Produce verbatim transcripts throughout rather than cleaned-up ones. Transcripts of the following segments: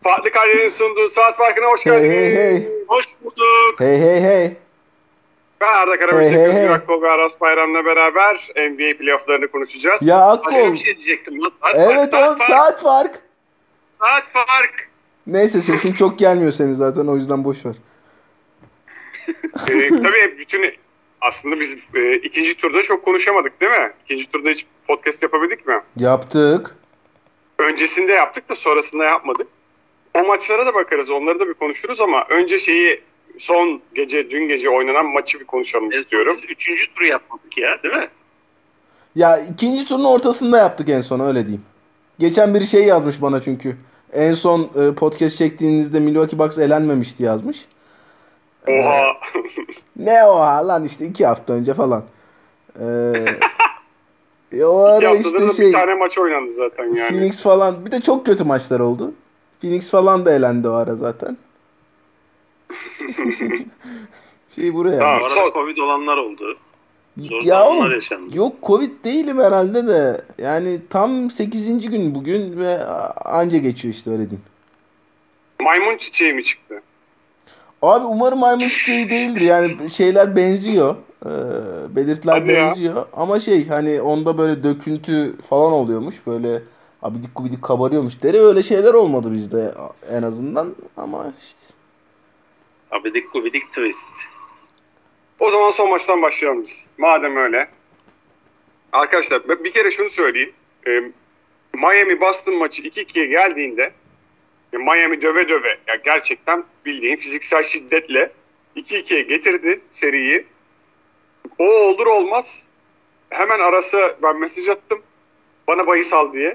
Farklı Kaydet'in sunduğu Saat Farkı'na hoş Hey geldiniz. hey hey. Hoş bulduk. Hey hey hey. Ben Arda Hey Karaböcek, hey Özgür hey. Akkol ve Aras Bayram'la beraber N B A playofflarını konuşacağız. Ya Başka bir Akkol. şey diyecektim lan. Saat fark, Evet saat o fark, saat fark. saat fark. Neyse sesin çok gelmiyor senin zaten o yüzden boş ver. Ee, tabii bütün aslında biz e, ikinci turda çok konuşamadık değil mi? İkinci turda hiç podcast yapabildik mi? Yaptık. Öncesinde yaptık da sonrasında yapmadık. O maçlara da bakarız, onları da bir konuşuruz ama önce şeyi son gece, dün gece oynanan maçı bir konuşalım Evet, istiyorum. biz üçüncü turu yapmadık ya, değil mi? Ya ikinci turun ortasında yaptık en son öyle diyeyim. Geçen biri şey yazmış bana çünkü. En son e, podcast çektiğinizde Milwaukee Bucks elenmemişti yazmış. Oha. Ne oha lan işte iki hafta önce falan. Ee, o İki ara haftada işte da bir şey tane maç oynandı zaten yani. Phoenix falan bir de çok kötü maçlar oldu. Phoenix falan da elendi o ara zaten. Şey buraya Tamam. Bu yazmış. arada Son- Covid olanlar oldu. Zor Ya zamanlar oğlum yaşandı. yok Covid değilim herhalde de yani tam sekizinci gün bugün ve anca geçiyor işte öyle diyeyim. Maymun çiçeği mi çıktı? Abi umarım maymun çiçeği değildir yani şeyler benziyor. Ee, belirtiler Hadi ya. benziyor ama şey hani onda böyle döküntü falan oluyormuş böyle abidik gubidik kabarıyormuş deri öyle şeyler olmadı bizde en azından ama işte. Abidik gubidik twist. O zaman son maçtan başlayalım biz. Madem öyle. Arkadaşlar ben bir kere şunu söyleyeyim. Ee, Miami Boston maçı iki ikiye geldiğinde e, Miami döve döve ya gerçekten bildiğin fiziksel şiddetle iki ikiye getirdi seriyi. O olur olmaz hemen Aras'a ben mesaj attım. Bana bahis al diye.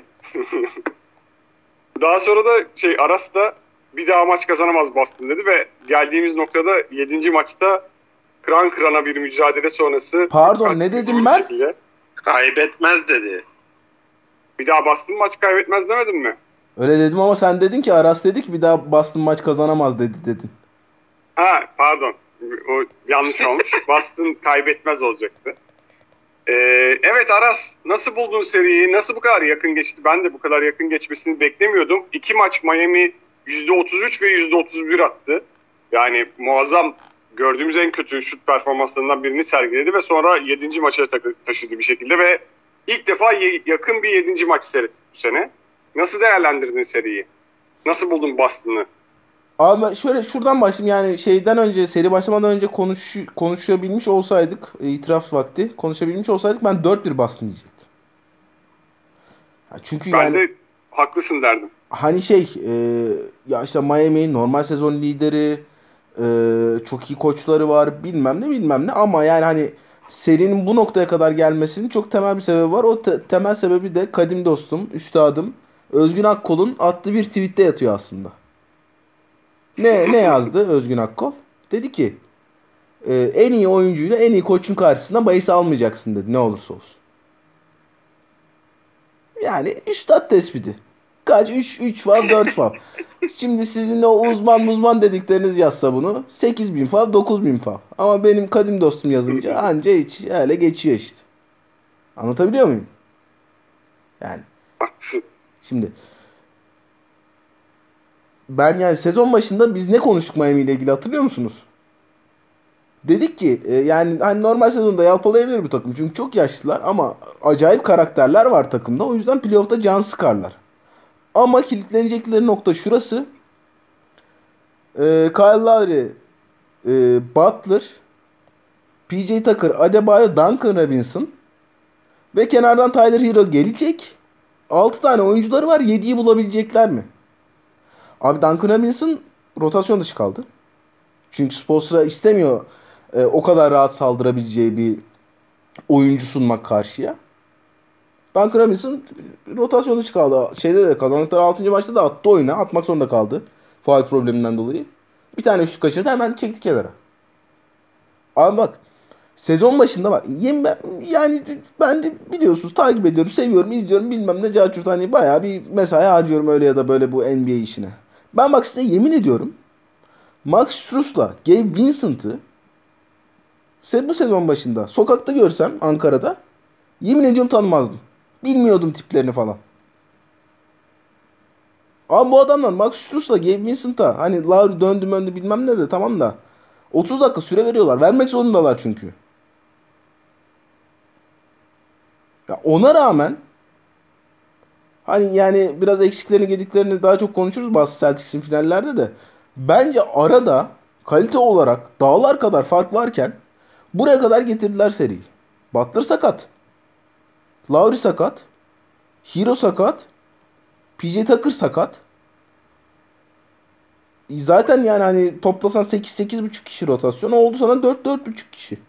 Daha sonra da şey Aras da bir daha maç kazanamaz Boston dedi ve geldiğimiz noktada yedinci maçta kıran kırana bir mücadele sonrası Pardon ne dedim ben? şekilde, Kaybetmez dedi. bir daha Boston maç kaybetmez demedin mi? Öyle dedim ama sen dedin ki Aras dedi ki bir daha Boston maç kazanamaz dedi dedin. Ha pardon. O yanlış olmuş. Boston kaybetmez olacaktı. Ee, evet Aras nasıl buldun seriyi? Nasıl bu kadar yakın geçti? Ben de bu kadar yakın geçmesini beklemiyordum. İki maç Miami yüzde otuz üç ve yüzde otuz bir attı. Yani muazzam gördüğümüz en kötü şut performanslarından birini sergiledi ve sonra yedinci maça taşıdı bir şekilde ve ilk defa yakın bir yedinci maç seyrettik bu sene. Nasıl değerlendirdin seriyi? Nasıl buldun Boston'ı? Abi ben şöyle şuradan başlayayım yani şeyden önce seri başlamadan önce konuş konuşabilmiş olsaydık e, itiraf vakti konuşabilmiş olsaydık ben dört bir Boston diyecektim. Ya çünkü Ben yani de haklısın derdim. hani şey e, ya işte Miami normal sezon lideri e, çok iyi koçları var bilmem ne bilmem ne ama yani hani serinin bu noktaya kadar gelmesinin çok temel bir sebebi var. O te- temel sebebi de kadim dostum, üstadım Özgün Akkol'un attığı bir tweette yatıyor aslında. Ne ne yazdı Özgün Akkol? Dedi ki e, en iyi oyuncuyla en iyi koçun karşısında bahis almayacaksın dedi ne olursa olsun. Yani üstat tespiti. Kaç? üç üç fav dört fav. Şimdi sizin o uzman uzman dedikleriniz yazsa bunu sekiz bin fav dokuz bin fav. Ama benim kadim dostum yazınca anca hiç öyle geçiyor işte. Anlatabiliyor muyum? Yani Haklısın. şimdi ben yani sezon başında biz ne konuştuk Miami ile ilgili hatırlıyor musunuz? Dedik ki e, yani hani normal sezonda yalpalayabilir bu takım. Çünkü çok yaşlılar ama acayip karakterler var takımda. O yüzden playoff'ta can sıkarlar. Ama kilitlenecekleri nokta şurası. E, Kyle Lowry, e, Butler, P J Tucker, Adebayo, Duncan Robinson ve kenardan Tyler Hero gelecek. Altı tane oyuncuları var. yediyi bulabilecekler mi? Abi Duncan Robinson rotasyon dışı kaldı. Çünkü Spoelstra istemiyor e, o kadar rahat saldırabileceği bir oyuncu sunmak karşıya. Duncan Robinson rotasyon dışı kaldı. Şeyde de kazandıkları altıncı maçta da attı oyuna. Atmak zorunda kaldı. Faul probleminden dolayı. Bir tane şut kaçırdı hemen çekti kenara. Abi bak sezon başında bak yem ben, yani ben de biliyorsunuz takip ediyorum, seviyorum, izliyorum bilmem ne carçurt hani bayağı bir mesai harcıyorum öyle ya da böyle bu N B A işine. Ben bak size yemin ediyorum Max Strus'la Gabe Vincent'ı se- bu sezon başında sokakta görsem Ankara'da yemin ediyorum tanımazdım. Bilmiyordum tiplerini falan. Abi bu adamlar Max Strus'la Gabe Vincent'a hani Lowry döndü möndü bilmem ne de tamam da otuz dakika süre veriyorlar. Vermek zorundalar çünkü. Ya ona rağmen hani yani biraz eksiklerini gediklerini daha çok konuşuruz bazı Celtics'in finallerde de. Bence arada kalite olarak dağlar kadar fark varken buraya kadar getirdiler seriyi. Butler sakat. Lowry sakat. Hero sakat. P J Tucker sakat. Zaten yani hani toplasan sekiz sekiz buçuk kişi rotasyon oldu sana dört dört buçuk kişi.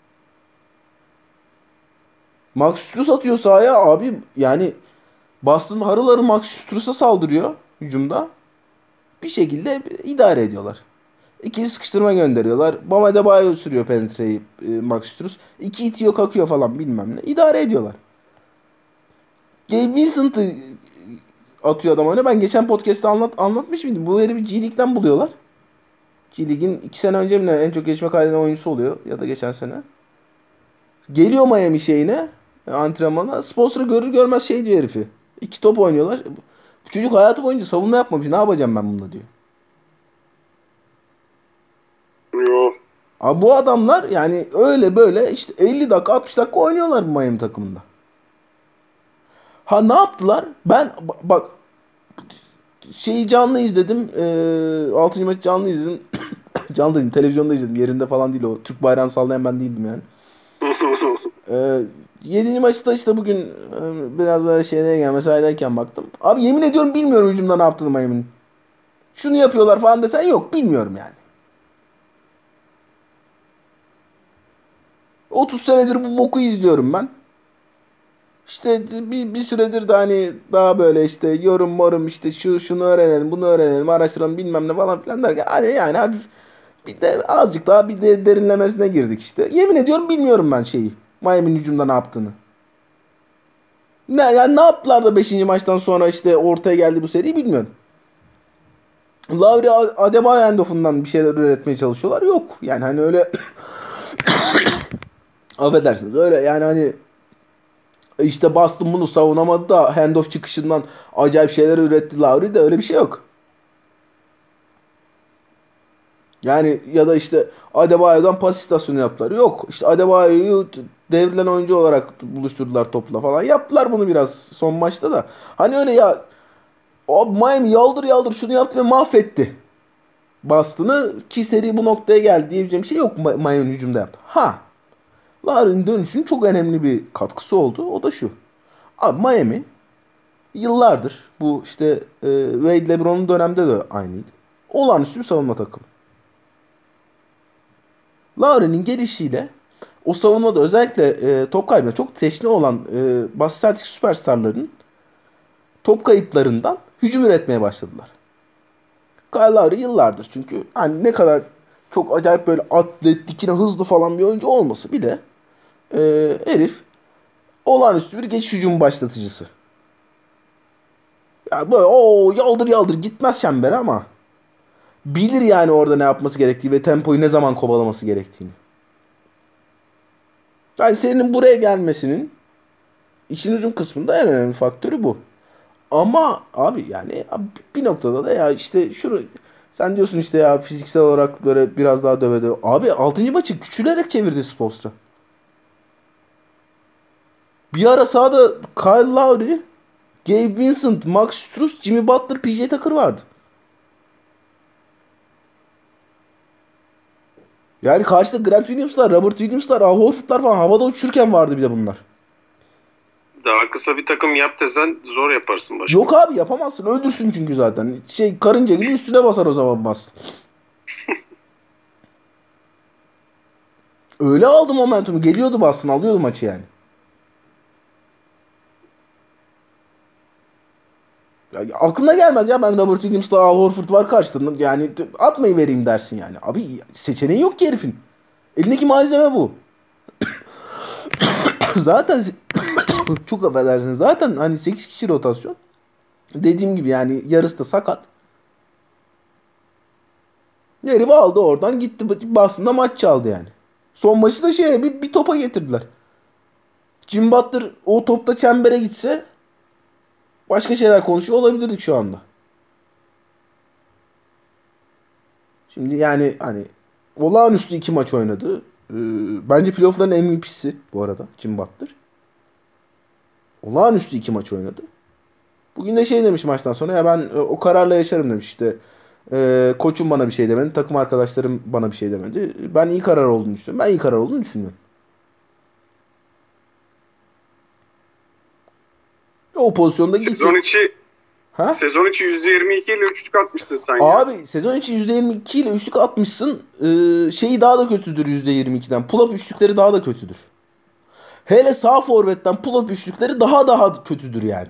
Max Strus atıyor sahaya abi yani Boston harıl harıl Max Strus'a saldırıyor hücumda. Bir şekilde idare ediyorlar. İkili sıkıştırma gönderiyorlar. Bam Adebayo sürüyor penetreyi e, Max Strus. İki itiyor kakıyor falan bilmem ne. İdare ediyorlar. Gabe Vincent'ı atıyor adam oyuna. Ben geçen podcast'ta anlat, anlatmış mıydım? Bu herifi G League'den buluyorlar. G League'in iki sene önce mi ne en çok gelişme kaydeden oyuncusu oluyor. Ya da geçen sene. Geliyor Miami şeyine. e, Antrenmana. Sponsor görür görmez şey diyor herifi. İki top oynuyorlar. Bu çocuk hayatı boyunca savunma yapmamış. Ne yapacağım ben bununla diyor. Yo. Abi bu adamlar yani öyle böyle işte elli dakika altmış dakika oynuyorlar bu Miami takımında. Ha ne yaptılar? Ben ba- bak şeyi canlı izledim. Eee altıncı maçı canlı izledim. Canlı dedim televizyonda izledim. Yerinde falan değil o. Türk bayrağını sallayan ben değildim yani. Eee yedinci maçta işte bugün e, biraz böyle şeydeyken mesaideyken baktım. Abi yemin ediyorum bilmiyorum hücumda ne yaptığını Miami'nin. Şunu yapıyorlar falan desen yok bilmiyorum yani. otuz senedir bu boku izliyorum ben. İşte bir, bir süredir de hani daha böyle işte yorum morum işte şu şunu öğrenelim bunu öğrenelim araştıralım bilmem ne falan filan derken hani yani hafif bir de azıcık daha bir de derinlemesine girdik işte. Yemin ediyorum bilmiyorum ben şeyi. Miami'nin hücumda ne yaptığını. Ne yani ne yaptılar da beşinci maçtan sonra işte ortaya geldi bu seri bilmiyorum. Lowry Adebayo endofundan bir şeyler üretmeye çalışıyorlar. Yok. Yani hani öyle affedersiniz öyle yani hani İşte Boston bunu savunamadı da handoff çıkışından acayip şeyler üretti Lowry de öyle bir şey yok. Yani ya da işte Adebayo'dan pas istasyonu yaptılar. Yok. İşte Adebayo'yu devrilen oyuncu olarak buluşturdular topla falan. Yaptılar bunu biraz son maçta da. Hani öyle ya o Miami yaldır yaldır şunu yaptı ve mahvetti Boston'ı ki seri bu noktaya geldi diyebileceğim bir şey yok Miami'nin hücumda yaptı. Ha. Lowry'nin dönüşünün çok önemli bir katkısı oldu. O da şu. Abi Miami yıllardır bu işte e, Wade LeBron'un dönemde de aynıydı. Olağanüstü bir savunma takımı. Lowry'nin gelişiyle o savunmada özellikle e, top kaybına çok teşne olan e, Boston Celtics süperstarlarının top kayıplarından hücum üretmeye başladılar. Kyle Lowry yıllardır çünkü hani ne kadar çok acayip böyle atlet, dikine, hızlı falan bir oyuncu olması bile e, herif olağanüstü bir geçiş hücumu başlatıcısı. Ya böyle o yaldır yaldır gitmez çembere ama bilir yani orada ne yapması gerektiği ve tempoyu ne zaman kovalaması gerektiğini. Yani serinin buraya gelmesinin işin hücum kısmında en önemli faktörü bu. Ama abi yani bir noktada da ya işte şunu sen diyorsun işte ya fiziksel olarak böyle biraz daha döve döve. Abi altıncı maçı küçülerek çevirdi Spoelstra. Bir ara sahada Kyle Lowry, Gabe Vincent, Max Strus, Jimmy Butler, P J Tucker vardı. Yani karşıda Grant Williams'lar, Robert Williams'lar, Al Horford'lar falan havada uçurken vardı bir de bunlar. Daha kısa bir takım yap desen zor yaparsın başka. Yok abi yapamazsın. Öldürsün çünkü zaten. Şey karınca gibi üstüne basar o zaman bas. Öyle aldı momentumu. Geliyordu Boston. Alıyordu maçı yani. Ya, aklına gelmez ya ben Robert Williams'la Al Horford var karşılarında. Yani atmayı vereyim dersin yani. Abi seçeneği yok ki herifin. Elindeki malzeme bu. Zaten çok affedersiniz. Zaten hani sekiz kişi rotasyon. Dediğim gibi yani yarısı da sakat. Herif aldı oradan gitti. Boston'da maç çaldı yani. Son maçı da şey bir, bir topa getirdiler. Jim Butler o topta çembere gitse başka şeyler konuşuyor olabilirdik şu anda. Şimdi yani hani olağanüstü iki maç oynadı. Ee, bence playoff'ların M V P'si bu arada Jimmy Butler. Olağanüstü iki maç oynadı. Bugün de şey demiş maçtan sonra ya ben e, o kararla yaşarım demiş işte. E, koçum bana bir şey demedi. Takım arkadaşlarım bana bir şey demedi. Ben iyi karar olduğunu düşünüyorum. Ben iyi karar olduğunu düşünmüyorum. O pozisyonda Sezon gitsin. içi Ha? sezon içi yüzde yirmi iki ile üçlük atmışsın sen ya. Abi sezon içi yüzde yirmi iki ile üçlük atmışsın. Ee, şeyi daha da kötüdür yüzde yirmi ikiden. Pull-up üçlükleri daha da kötüdür. Hele sağ forvetten pull-up üçlükleri daha daha kötüdür yani.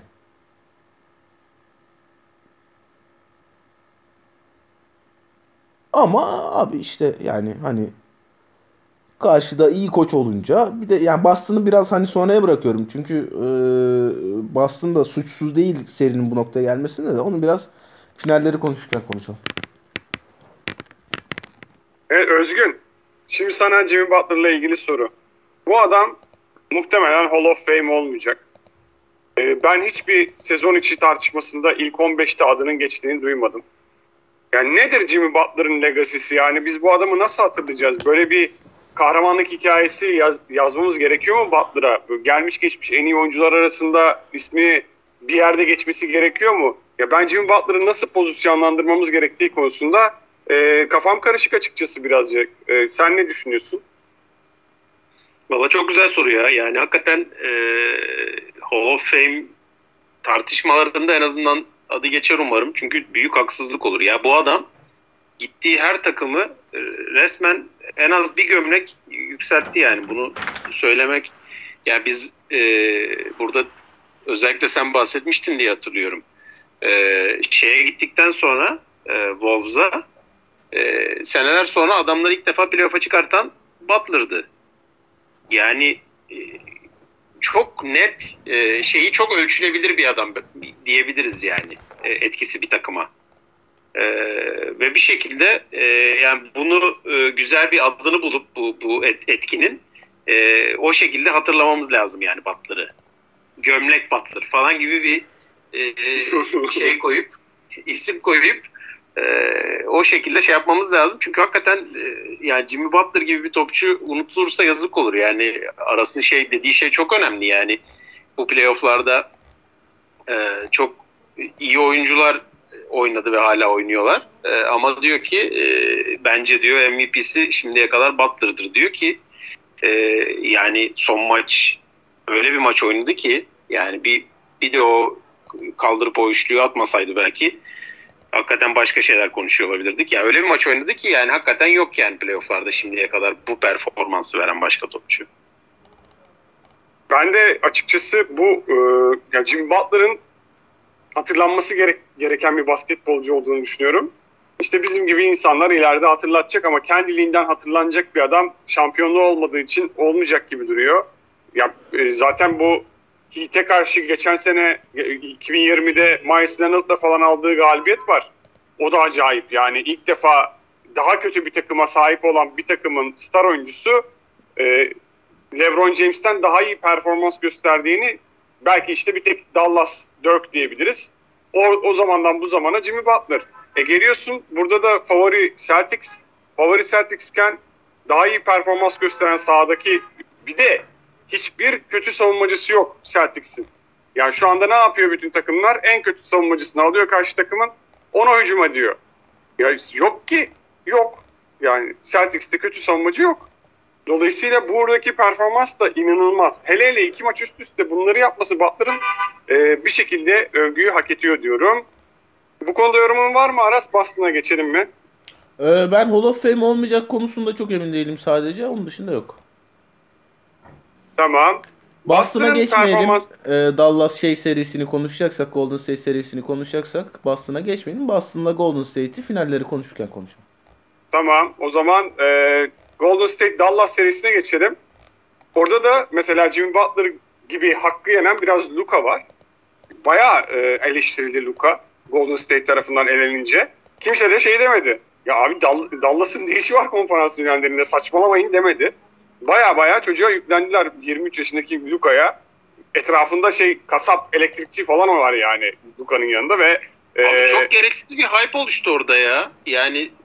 Ama abi işte yani hani karşıda iyi koç olunca bir de yani Boston'ı biraz hani sonraya bırakıyorum. Çünkü e, Boston da suçsuz değil serinin bu noktaya gelmesinde de onu biraz finalleri konuşurken konuşalım. Evet Özgün, şimdi sana Jimmy Butler'la ilgili soru. Bu adam muhtemelen Hall of Fame olmayacak. Ee, ben hiçbir sezon içi tartışmasında ilk on beşte adının geçtiğini duymadım. Yani nedir Jimmy Butler'ın legacy'si? Yani biz bu adamı nasıl hatırlayacağız? Böyle bir kahramanlık hikayesi yaz, yazmamız gerekiyor mu Butler'a? Gelmiş geçmiş en iyi oyuncular arasında ismi bir yerde geçmesi gerekiyor mu? Ya ben Jimmy Butler'ı nasıl pozisyonlandırmamız gerektiği konusunda e, kafam karışık açıkçası birazcık. E, sen ne düşünüyorsun? Valla çok güzel soru ya. Yani hakikaten e, Hall of Fame tartışmalarında en azından adı geçer umarım. Çünkü büyük haksızlık olur. Ya bu adam gittiği her takımı e, resmen en az bir gömlek yükseltti yani. Bunu söylemek yani biz e, burada özellikle sen bahsetmiştin diye hatırlıyorum. E, şeye gittikten sonra e, Wolves'a e, seneler sonra adamları ilk defa playoff'a çıkartan Butler'dı. Yani e, çok net e, şeyi çok ölçülebilir bir adam diyebiliriz yani e, etkisi bir takıma. E, ve bir şekilde e, yani bunu e, güzel bir adını bulup bu, bu et, etkinin e, o şekilde hatırlamamız lazım yani Butler'ı. Gömlek Butler falan gibi bir e, şey koyup isim koyup e, o şekilde şey yapmamız lazım. Çünkü hakikaten e, yani Jimmy Butler gibi bir topçu unutulursa yazık olur. Yani Aras'ın şey dediği şey çok önemli yani. Bu playoff'larda e, çok iyi oyuncular oynadı ve hala oynuyorlar. E, ama diyor ki e, bence diyor M V P'si şimdiye kadar Butler'dır diyor ki e, yani son maç öyle bir maç oynadı ki yani bir bir de o kaldırıp o üçlüyü atmasaydı belki hakikaten başka şeyler konuşuyor olabilirdik. Ya öyle bir maç oynadı ki yani hakikaten yok yani playoff'larda şimdiye kadar bu performansı veren başka topçu. Ben de açıkçası bu e, yani Jimmy Butler'ın hatırlanması gerek, gereken bir basketbolcu olduğunu düşünüyorum. İşte bizim gibi insanlar ileride hatırlatacak ama kendiliğinden hatırlanacak bir adam şampiyonluğu olmadığı için olmayacak gibi duruyor. Ya e, zaten bu Heat'e karşı geçen sene iki bin yirmide Myers Leonard'la falan aldığı galibiyet var. O da acayip yani ilk defa daha kötü bir takıma sahip olan bir takımın star oyuncusu e, LeBron James'ten daha iyi performans gösterdiğini belki işte bir tek Dallas Dirk diyebiliriz. O, o zamandan bu zamana Jimmy Butler. E geliyorsun burada da favori Celtics. Favori Celtics'ken daha iyi performans gösteren sahadaki bir de hiçbir kötü savunmacısı yok Celtics'in. Yani şu anda ne yapıyor bütün takımlar? En kötü savunmacısını alıyor karşı takımın. Ona hücum ediyor. Ya yok ki. Yok. Yani Celtics'te kötü savunmacı yok. Dolayısıyla buradaki performans da inanılmaz. Hele hele iki maç üst üste bunları yapması Butler'ın e, bir şekilde övgüyü hak ediyor diyorum. Bu konuda yorumun var mı Aras? Boston'a geçelim mi? Ee, ben Hall of Fame olmayacak konusunda çok emin değilim sadece. Onun dışında yok. Tamam. Boston'a geçmeyelim. Performans... Ee, Dallas şey serisini konuşacaksak, Golden State serisini konuşacaksak Boston'a geçmeyelim. Boston'la Golden State'i finalleri konuşurken konuşalım. Tamam. O zaman e, Golden State Dallas serisine geçelim. Orada da mesela Jimmy Butler gibi hakkı yenen biraz Luka var. Bayağı e, eleştirildi Luka Golden State tarafından elenince. Kimse de şey demedi. Ya abi Dallas'ın ne işi var konferans finallerinde saçmalamayın demedi. Baya baya çocuğa yüklendiler yirmi üç yaşındaki Luka'ya. Etrafında şey kasap, elektrikçi falan var yani Luka'nın yanında ve Abi e... çok gereksiz bir hype oluştu orada ya. Yani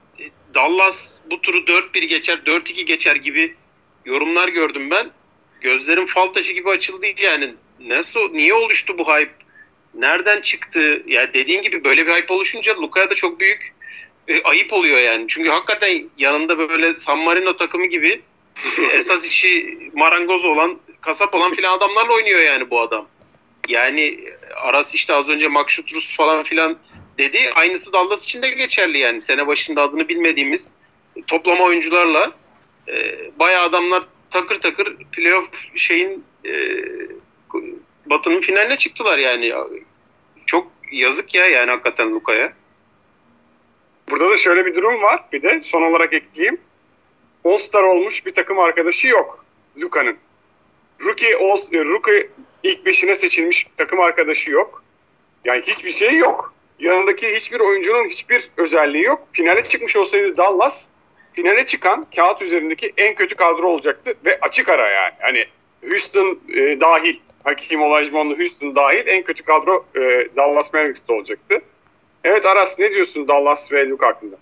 Dallas bu turu dört bir geçer, dört iki geçer gibi yorumlar gördüm ben. Gözlerim fal taşı gibi açıldı yani. Nasıl, niye oluştu bu hype? Nereden çıktı? Ya dediğin gibi böyle bir hype oluşunca Luka'ya da çok büyük e, ayıp oluyor yani. Çünkü hakikaten yanında böyle San Marino takımı gibi e, esas işi marangoz olan, kasap olan filan adamlarla oynuyor yani bu adam. Yani Aras işte az önce Makşutrus falan filan dedi. Aynısı Dallas için de geçerli yani. Sene başında adını bilmediğimiz toplama oyuncularla e, bayağı adamlar takır takır playoff şeyin e, Batı'nın finaline çıktılar yani. Çok yazık ya yani hakikaten Luka'ya. Burada da şöyle bir durum var. Bir de son olarak ekleyeyim. All-Star olmuş bir takım arkadaşı yok Luka'nın. Rookie, All, Rookie ilk beşine seçilmiş takım arkadaşı yok. Yani hiçbir şey yok. Yanındaki hiçbir oyuncunun hiçbir özelliği yok. Finale çıkmış olsaydı Dallas, finale çıkan kağıt üzerindeki en kötü kadro olacaktı ve açık ara yani. Hani Houston e, dahil, Hakeem Olajuwon'lu Houston dahil en kötü kadro e, Dallas Mavericks'te olacaktı. Evet Aras, ne diyorsun Dallas ve Luka hakkında?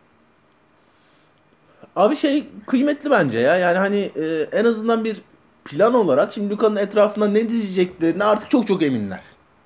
Abi şey kıymetli bence ya. Yani hani e, en azından bir plan olarak şimdi Luka'nın etrafına ne dizeceklerini artık çok çok eminler.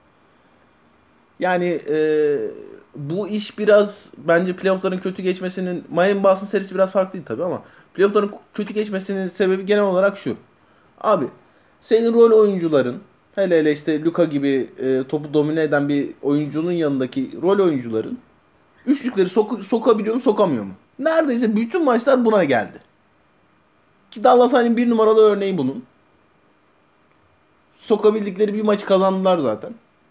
Yani e, bu iş biraz bence playoff'ların kötü geçmesinin, Miami Boston serisi biraz farklıydı tabii ama playoff'ların kötü geçmesinin sebebi genel olarak şu. Abi senin rol oyuncuların, hele hele işte Luka gibi e, topu domine eden bir oyuncunun yanındaki rol oyuncuların üçlükleri sok- sokabiliyor mu sokamıyor mu? Neredeyse bütün maçlar buna geldi. Ki Dallas hani bir numaralı örneği bunun. Sokabildikleri bir maçı kazandılar zaten.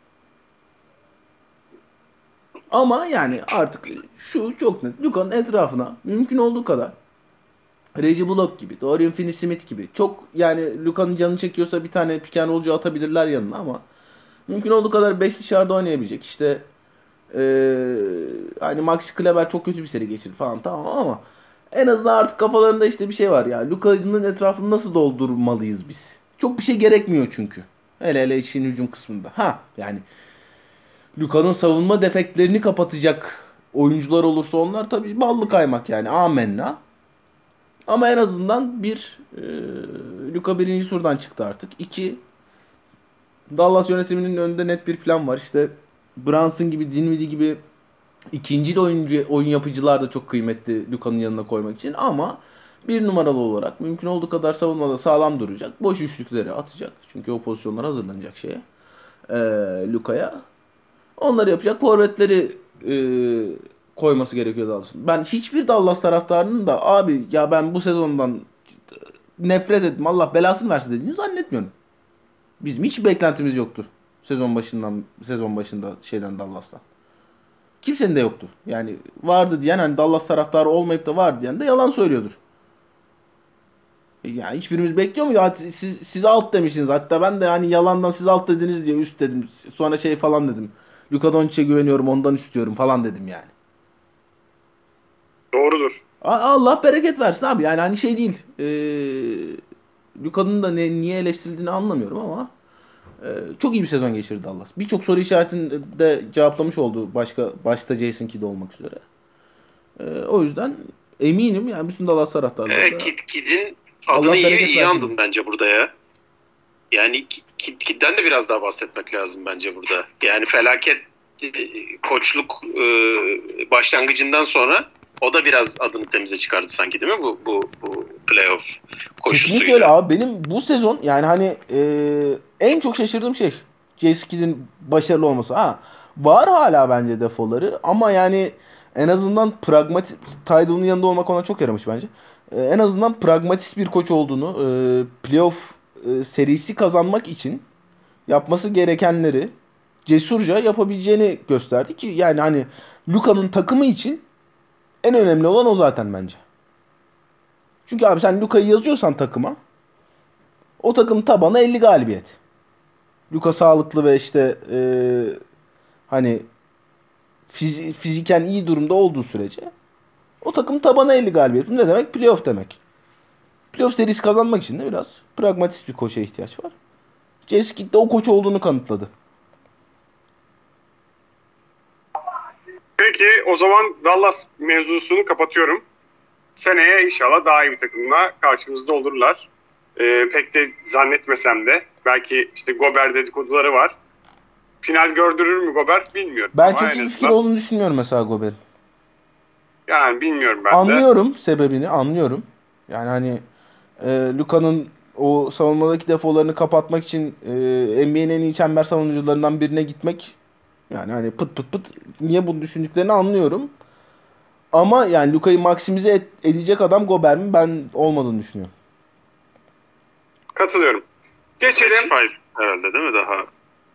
Ama yani artık şu çok net. Luka'nın etrafına mümkün olduğu kadar Reggie Bullock gibi, Dorian Finney-Smith gibi çok yani Luka'nın canı çekiyorsa bir tane pick and roll'cu atabilirler yanına ama mümkün olduğu kadar beş dışarıda oynayabilecek. İşte ee, hani Maxi Kleber çok kötü bir seri geçirdi falan tamam ama en azından artık kafalarında işte bir şey var ya. Luka'nın etrafını nasıl doldurmalıyız biz? Çok bir şey gerekmiyor çünkü. Hele hele işin hücum kısmında. Ha yani Luka'nın savunma defeklerini kapatacak oyuncular olursa onlar tabii ballı kaymak yani. Amenna. Ama en azından bir e, Luka birinci turdan çıktı artık. İki Dallas yönetiminin önünde net bir plan var. İşte Brunson gibi, Dinwiddie gibi ikinci de oyuncu oyun yapıcılar da çok kıymetli Luka'nın yanına koymak için ama bir numaralı olarak mümkün olduğu kadar savunmada sağlam duracak. Boş üçlükleri atacak. Çünkü o pozisyonlar hazırlanacak şeye. E, Luka'ya. Onları yapacak forvetleri e, koyması gerekiyor Dallas'ın. Ben hiçbir Dallas taraftarının da abi ya ben bu sezondan nefret ettim Allah belasını versin dediğini zannetmiyorum. Bizim hiç beklentimiz yoktu. Sezon başından sezon başında şeyden Dallas'tan. Kimsenin de yoktu. Yani vardı diyen hani Dallas taraftarı olmayıp da var diyen de yalan söylüyordur. Yani hiçbirimiz bekliyor mu? Ya siz, siz alt demişsiniz. Hatta ben de hani yalandan siz alt dediniz diye üst dedim. Sonra şey falan dedim. Luka Doncic'e güveniyorum ondan istiyorum falan dedim yani. Doğrudur. Allah bereket versin abi. Yani hani şey değil. Ee, Luka'nın da ne, niye eleştirildiğini anlamıyorum ama e, çok iyi bir sezon geçirdi Dallas. Birçok soru işaretini de cevaplamış oldu. Başka başta Jason Kidd olmak üzere. E, o yüzden eminim yani bütün Dallas taraftarları Evet, da Kid, Kid'in Allah adını iyi, bereket iyi versin. andın bence burada ya. Yani Kid, Kid'den de biraz daha bahsetmek lazım bence burada. Yani felaket e, koçluk e, başlangıcından sonra o da biraz adını temize çıkardı sanki değil mi bu bu bu playoff koşusuyla. Kesinlikle öyle abi. Benim bu sezon yani hani e, en çok şaşırdığım şey Jason Kidd'in başarılı olması. Ha, var hala bence defoları ama yani en azından pragmatik Tydone'un yanında olmak ona çok yaramış bence. E, en azından pragmatist bir koç olduğunu, e, playoff e, serisi kazanmak için yapması gerekenleri cesurca yapabileceğini gösterdi ki yani hani Luka'nın takımı için en önemli olan o zaten bence. Çünkü abi sen Luka'yı yazıyorsan takıma o takım tabanı elli galibiyet. Luka sağlıklı ve işte e, hani fizi- fiziken iyi durumda olduğu sürece o takım tabanı elli galibiyet. Bu ne demek? Playoff demek. Playoff serisi kazanmak için de biraz pragmatist bir koça ihtiyaç var. Jason Kidd de o koç olduğunu kanıtladı. Peki o zaman Dallas mevzusunu kapatıyorum. seneye inşallah daha iyi bir takımla karşımızda olurlar. Ee, pek de zannetmesem de. Belki işte Gober dedikoduları var. Final gördürür mü Gober bilmiyorum. Ben Ama çok en iyi bir azından- fikir olduğunu düşünmüyorum mesela Gober'in. Yani bilmiyorum ben de. Anlıyorum sebebini, anlıyorum. Yani hani e, Luka'nın o savunmadaki defolarını kapatmak için e, N B A'nin en iyi çember savunucularından birine gitmek, yani hani pıt pıt pıt niye bunu düşündüklerini anlıyorum. Ama yani Luka'yı maksimize et- edecek adam Gober mi? Ben olmadığını düşünüyorum. Katılıyorum. Geçelim. Five herhalde değil mi daha?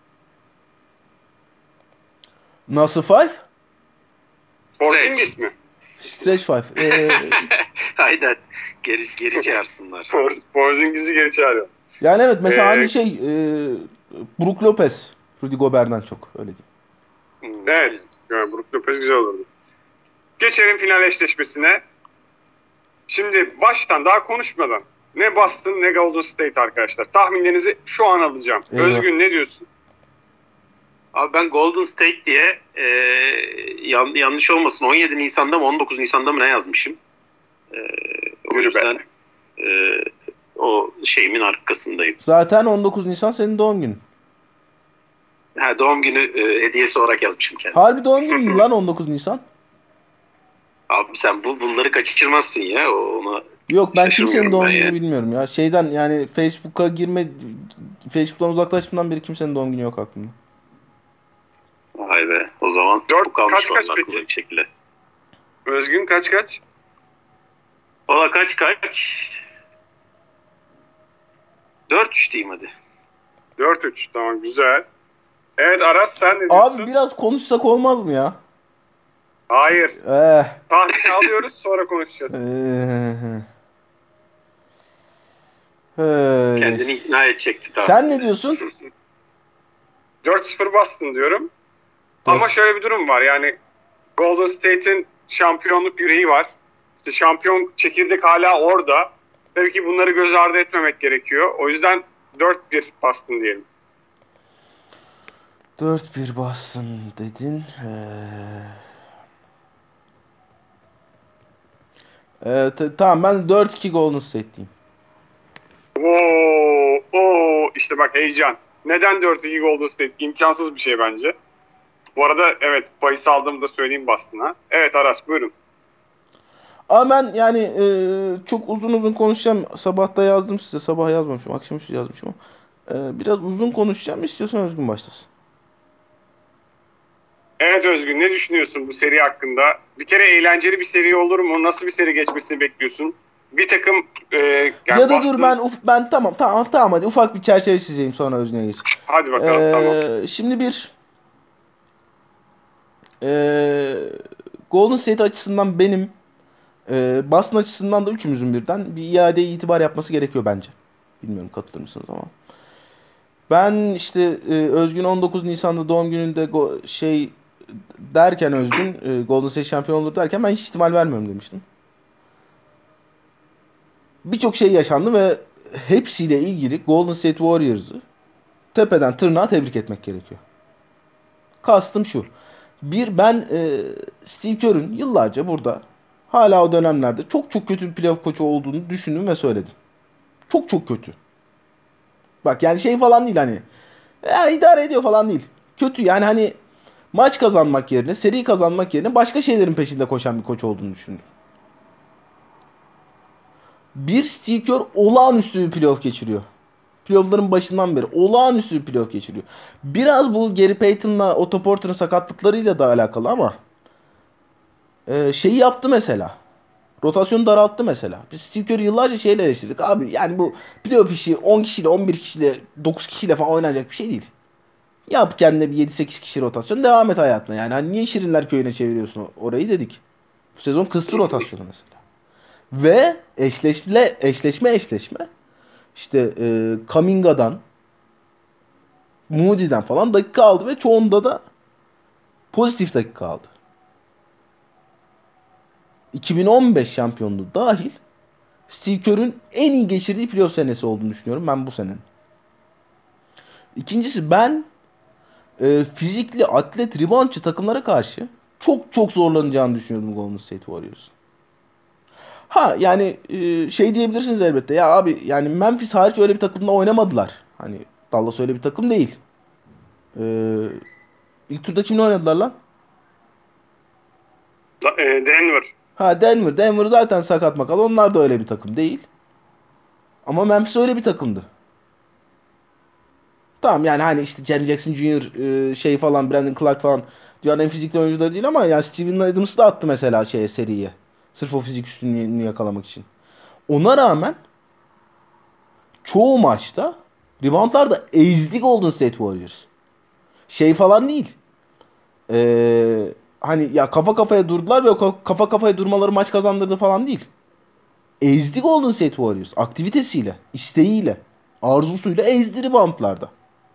Nasıl Five? Porzingis mi? Stretch Five. Ee, Aynen. Geri, geri çağırsınlar. Por- Porzingis'i geri çağırıyor. yani evet mesela Ee, hani şey e, Brook Lopez Rudy Gobert'den çok öyle diyeyim. Hmm. Evet. Yani Brook Lopez güzel olurdu. Geçelim final eşleşmesine. Şimdi baştan daha konuşmadan ne Boston ne Golden State arkadaşlar. Tahminlerinizi şu an alacağım. Eyvah. Özgün ne diyorsun? Abi ben Golden State diye e, yan, yanlış olmasın on yedi Nisan'da mı on dokuz Nisan'da mı ne yazmışım. E, o Yürü be. yüzden e, o şeyimin arkasındayım. Zaten on dokuz Nisan senin doğum günün. Ha, doğum günü e, hediyesi olarak yazmışım kendime. Harbi doğum günün mü lan on dokuz Nisan? Abi sen bu bunları kaçırmazsın ya. Ona Yok ben Şaşırmıyorum kimsenin doğum ben gününü ya. bilmiyorum ya. Şeyden yani Facebook'a girme Facebook'tan uzaklaştığımdan beri kimsenin doğum günü yok aklımda. vay be. O zaman Dört- bu kalmış kaç kaç vallahi peki? aklıma bir şekilde. Özgün kaç kaç? Valla kaç kaç? dört üç diyeyim hadi. dört üç tamam güzel. Evet Aras sen ne diyorsun? Abi biraz konuşsak olmaz mı ya? Hayır. Eh. Tahmin alıyoruz sonra konuşacağız. eh. Hey. Kendini ikna edecekti. tabii. Sen ne diyorsun? dört sıfır Boston diyorum. Ama şöyle bir durum var yani Golden State'in şampiyonluk yüreği var. İşte şampiyon çekirdek hala orada. Tabii ki bunları göz ardı etmemek gerekiyor. O yüzden dört bir Boston diyelim. dört bir Boston dedin. Ee, ee, t- tamam ben dört iki Golden State diyeyim. Oo, oo, işte bak heyecan. Neden dört iki Golden State? İmkansız bir şey bence. Bu arada evet bahis aldığımı da söyleyeyim Boston'a. Evet Aras buyurun. Ama ben yani e, çok uzun uzun konuşacağım. Sabah da yazdım size. Sabah yazmamışım. Akşamüstü yazmışım. E, biraz uzun konuşacağım. İstiyorsan Özgün başlasın. Evet Özgün ne düşünüyorsun bu seri hakkında? Bir kere eğlenceli bir seri olur mu? Nasıl bir seri geçmesini bekliyorsun? Bir takım e, yani ya da Boston- dur ben uf, ben tamam tamam tamam hadi ufak bir çerçeve çizeyim sonra Özgün'e geç. Hadi bakalım Ee, tamam. Şimdi bir ee, Golden State açısından benim ee, Boston açısından da üçümüzün birden bir iade itibar yapması gerekiyor bence. Bilmiyorum katılır mısınız ama. Ben işte e, Özgün on dokuz Nisan'da doğum gününde go- şey derken Özgün e, Golden State şampiyon olur derken ben hiç ihtimal vermiyorum demiştim. Birçok şey yaşandı ve hepsiyle ilgili Golden State Warriors'ı tepeden tırnağa tebrik etmek gerekiyor. Kastım şu. Bir ben e, Steve Kerr'ün yıllarca burada hala o dönemlerde çok çok kötü bir playoff koçu olduğunu düşündüm ve söyledim. Çok çok kötü. Bak yani şey falan değil hani. Ya idare ediyor falan değil. Kötü yani hani maç kazanmak yerine, seri kazanmak yerine başka şeylerin peşinde koşan bir koç olduğunu düşündüm. Bir Steve Kerr olağanüstü bir playoff geçiriyor. Playoff'ların başından beri olağanüstü bir playoff geçiriyor. Biraz bu Gary Payton'la Otto Porter'ın sakatlıklarıyla da alakalı ama e, şeyi yaptı mesela. Rotasyonu daralttı mesela. Biz Steve Kerr'ı yıllarca şeyle eleştirdik. Abi yani bu playoff işi on kişiyle, on bir kişiyle, dokuz kişiyle falan oynanacak bir şey değil. Yap kendine bir yedi sekiz kişi rotasyon devam et hayatına. Yani hani niye Şirinler Köyü'ne çeviriyorsun orayı dedik. Bu sezon kıstı rotasyonu mesela. Ve eşleşme eşleşme eşleşme işte e, Kaminga'dan Moody'den falan dakika aldı ve çoğunda da pozitif dakika aldı. iki bin on beş şampiyonluğu dahil Steve Kerr'ün en iyi geçirdiği playoff senesi olduğunu düşünüyorum ben bu senenin. İkincisi ben e, fizikli, atlet, reboundçı takımlara karşı çok çok zorlanacağını düşünüyordum Golden State Warriors. Ha yani e, şey diyebilirsiniz elbette. Ya abi yani Memphis hariç öyle bir takımda oynamadılar. Hani Dallas öyle bir takım değil. Ee, ilk turda kimle oynadılar lan? Da- e, Denver. Ha Denver. Denver zaten sakat makat. Onlar da öyle bir takım değil. Ama Memphis öyle bir takımdı. Tamam yani hani işte Jerry Jackson Junior e, şey falan Brandon Clark falan dünyanın en fizikli oyuncuları değil ama yani Steven Adams da attı mesela şeye seriye. Sırf o fizik üstünlüğünü yakalamak için. Ona rağmen çoğu maçta reboundlarda ezdi Golden State Warriors. Şey falan değil. Ee, hani ya kafa kafaya durdular ve o kafa kafaya durmaları maç kazandırdı falan değil. Ezdi Golden State Warriors. Aktivitesiyle, isteğiyle, arzusuyla ezdi reboundlarda.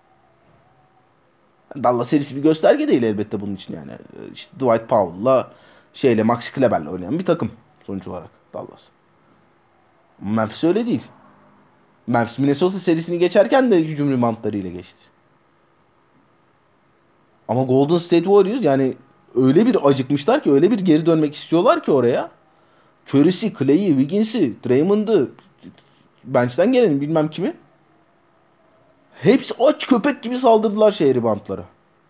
Dallas serisi bir gösterge değil elbette bunun için yani. Ee, İşte Dwight Powell'la şeyle Maxi Kleber'le oynayan bir takım sonuç olarak Dallas. Memphis öyle değil. Memphis Minnesota serisini geçerken de hücum reboundlarıyla geçti. Ama Golden State Warriors yani öyle bir acıkmışlar ki öyle bir geri dönmek istiyorlar ki oraya. Curry'si, Clay'i, Wiggins'i, Draymond'ı, bench'ten gelenin bilmem kimi. Hepsi aç köpek gibi saldırdılar şey reboundlara.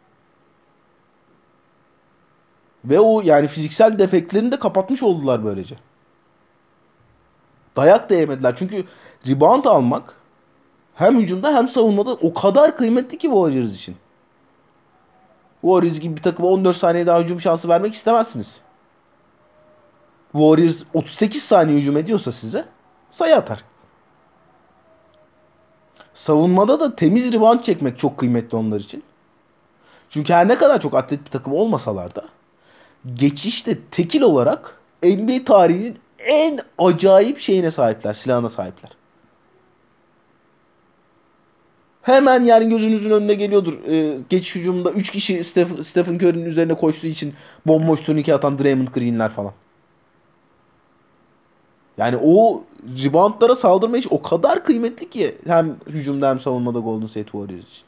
Ve o yani fiziksel defektlerini de kapatmış oldular böylece. Dayak da yemediler. Çünkü rebound almak hem hücumda hem savunmada o kadar kıymetli ki Warriors için. Warriors gibi bir takıma on dört saniye daha hücum şansı vermek istemezsiniz. Warriors otuz sekiz saniye hücum ediyorsa size sayı atar. Savunmada da temiz rebound çekmek çok kıymetli onlar için. Çünkü her ne kadar çok atlet bir takım olmasalar da geçişte tekil olarak N B A tarihinin en acayip şeyine sahipler, silahına sahipler. Hemen yani gözünüzün önüne geliyordur. Ee, geçiş hücumunda üç kişi Steph, Stephen Curry'nin üzerine koştuğu için bomboş turnike atan Draymond Green'ler falan. Yani o reboundlara saldırma işi o kadar kıymetli ki hem hücumda hem savunmada Golden State Warriors için.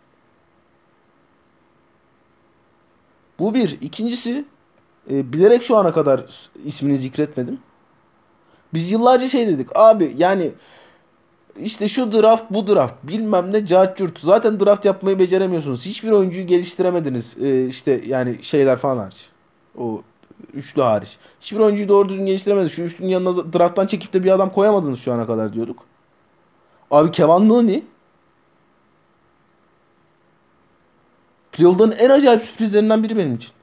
Bu bir. İkincisi e, bilerek şu ana kadar ismini zikretmedim. Biz yıllarca şey dedik. Abi yani işte şu draft bu draft bilmem ne cart curt. Zaten draft yapmayı beceremiyorsunuz. Hiçbir oyuncuyu geliştiremediniz. E, işte yani şeyler falan hariç. O üçlü hariç. Hiçbir oyuncuyu doğru düzgün geliştiremediniz. Şu üçlünün yanına drafttan çekip de bir adam koyamadınız şu ana kadar diyorduk. Abi Kevin Looney playoff'ların en acayip sürprizlerinden biri benim için.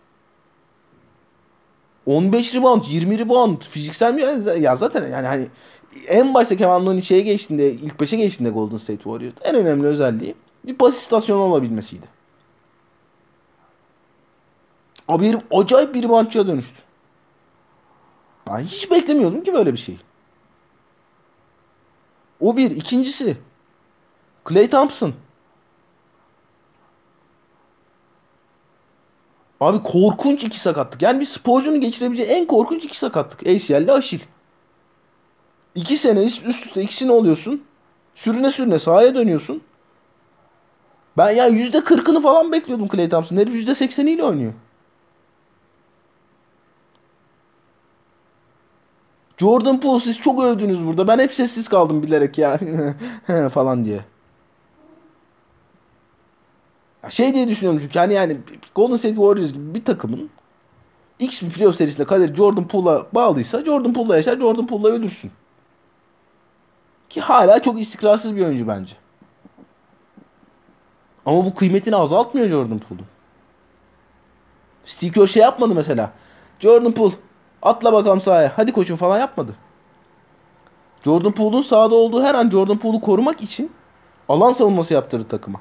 on beş rebound, yirmi rebound, fiziksel mi? Ya zaten yani hani en başta Kevin Looney şeye geçtiğinde, ilk beşe geçtiğinde Golden State Warriors en önemli özelliği bir pas istasyonu olabilmesiydi. Abi herif acayip bir reboundçıya dönüştü. Ben hiç beklemiyordum ki böyle bir şey. O bir. İkincisi Klay Thompson. Abi korkunç iki sakatlık. Yani bir sporcunun geçirebileceği en korkunç iki sakatlık. A C L ile Aşil. İki sene üst üste ikisini oluyorsun. Sürüne sürüne sahaya dönüyorsun. Ben yani yüzde kırkını falan bekliyordum Klay Thompson. Herif yüzde sekseniyle oynuyor. Jordan Poole siz çok övdünüz burada. Ben hep sessiz kaldım bilerek ya. falan diye. Ya şey diye düşünüyorum çünkü hani yani Golden State Warriors gibi bir takımın X bir playoff serisinde kaderi Jordan Poole'a bağlıysa Jordan Poole'la yaşar, Jordan Poole'la ölürsün. Ki hala çok istikrarsız bir oyuncu bence. Ama bu kıymetini azaltmıyor Jordan Poole'un. Steve Kerr şey yapmadı mesela. Jordan Poole atla bakalım sahaya. Hadi koçum falan yapmadı. Jordan Poole'un sahada olduğu her an Jordan Poole'u korumak için alan savunması yaptırdı takıma.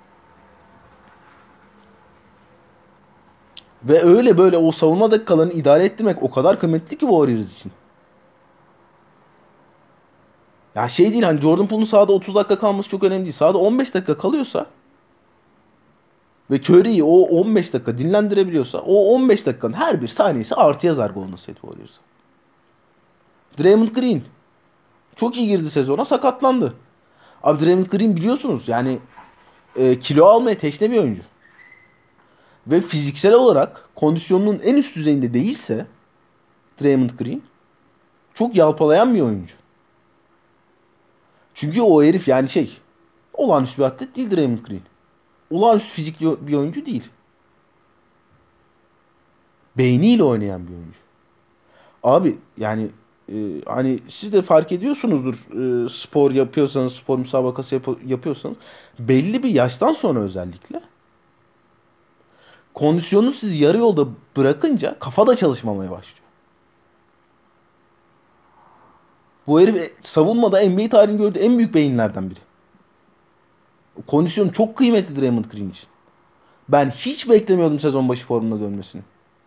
Ve öyle böyle o savunma dakikalarını idare ettirmek o kadar kıymetli ki Warriors için. Ya şey değil hani Jordan Poole'un sahada otuz dakika kalması çok önemli değil. Sahada on beş dakika kalıyorsa ve Curry'i o on beş dakika dinlendirebiliyorsa o on beş dakikanın her bir saniyesi artı yazar Golden State Warriors'a. Draymond Green çok iyi girdi sezona sakatlandı. Abi Draymond Green biliyorsunuz yani e, kilo almaya teşne bir oyuncu. Ve fiziksel olarak kondisyonunun en üst düzeyinde değilse Draymond Green Çok yalpalayan bir oyuncu. Çünkü o herif yani şey olağanüstü bir atlet değil Draymond Green. Olağanüstü fizikli bir oyuncu değil. Beyniyle oynayan bir oyuncu. Abi yani e, hani siz de fark ediyorsunuzdur e, spor yapıyorsanız, spor müsabakası yap- yapıyorsanız belli bir yaştan sonra özellikle kondisyonu siz yarı yolda bırakınca kafa da çalışmamaya başlıyor. Bu herif e, savunmada N B A tarihinin gördüğü en büyük beyinlerden biri. Kondisyon çok kıymetli Draymond Green için. Ben hiç beklemiyordum sezon başı formuna dönmesini.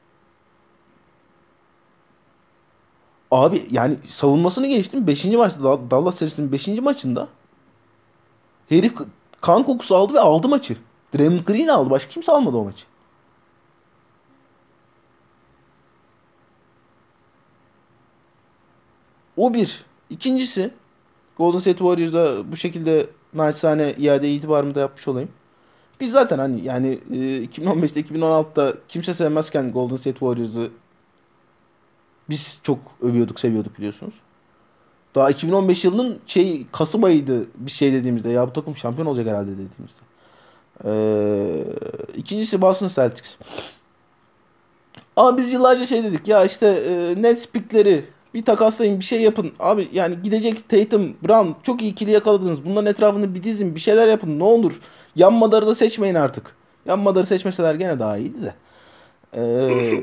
Abi yani savunmasını geçtim. Beşinci maçta Dallas serisinin beşinci maçında herif kan kokusu aldı ve aldı maçı. Draymond Green aldı. Başka kimse almadı o maçı. O bir. İkincisi Golden State Warriors'a bu şekilde naçizane iade itibarımı da yapmış olayım. Biz zaten hani yani e, iki bin on beşte iki bin on altıda kimse sevmezken Golden State Warriors'ı biz çok övüyorduk, seviyorduk biliyorsunuz. Daha iki bin on beş yılının şey Kasım ayıydı bir şey dediğimizde ya bu takım şampiyon olacak herhalde dediğimizde. Ee, ikincisi Boston Celtics. Ama biz yıllarca şey dedik ya işte e, Nets pickleri bir takaslayın bir şey yapın. Abi yani gidecek Tatum, Brown çok iyi ikili yakaladınız. Bunların etrafını bir dizin bir şeyler yapın ne olur. Yan Madar'ı da seçmeyin artık. Yan Madar'ı seçmeseler gene daha iyiydi de. Ee,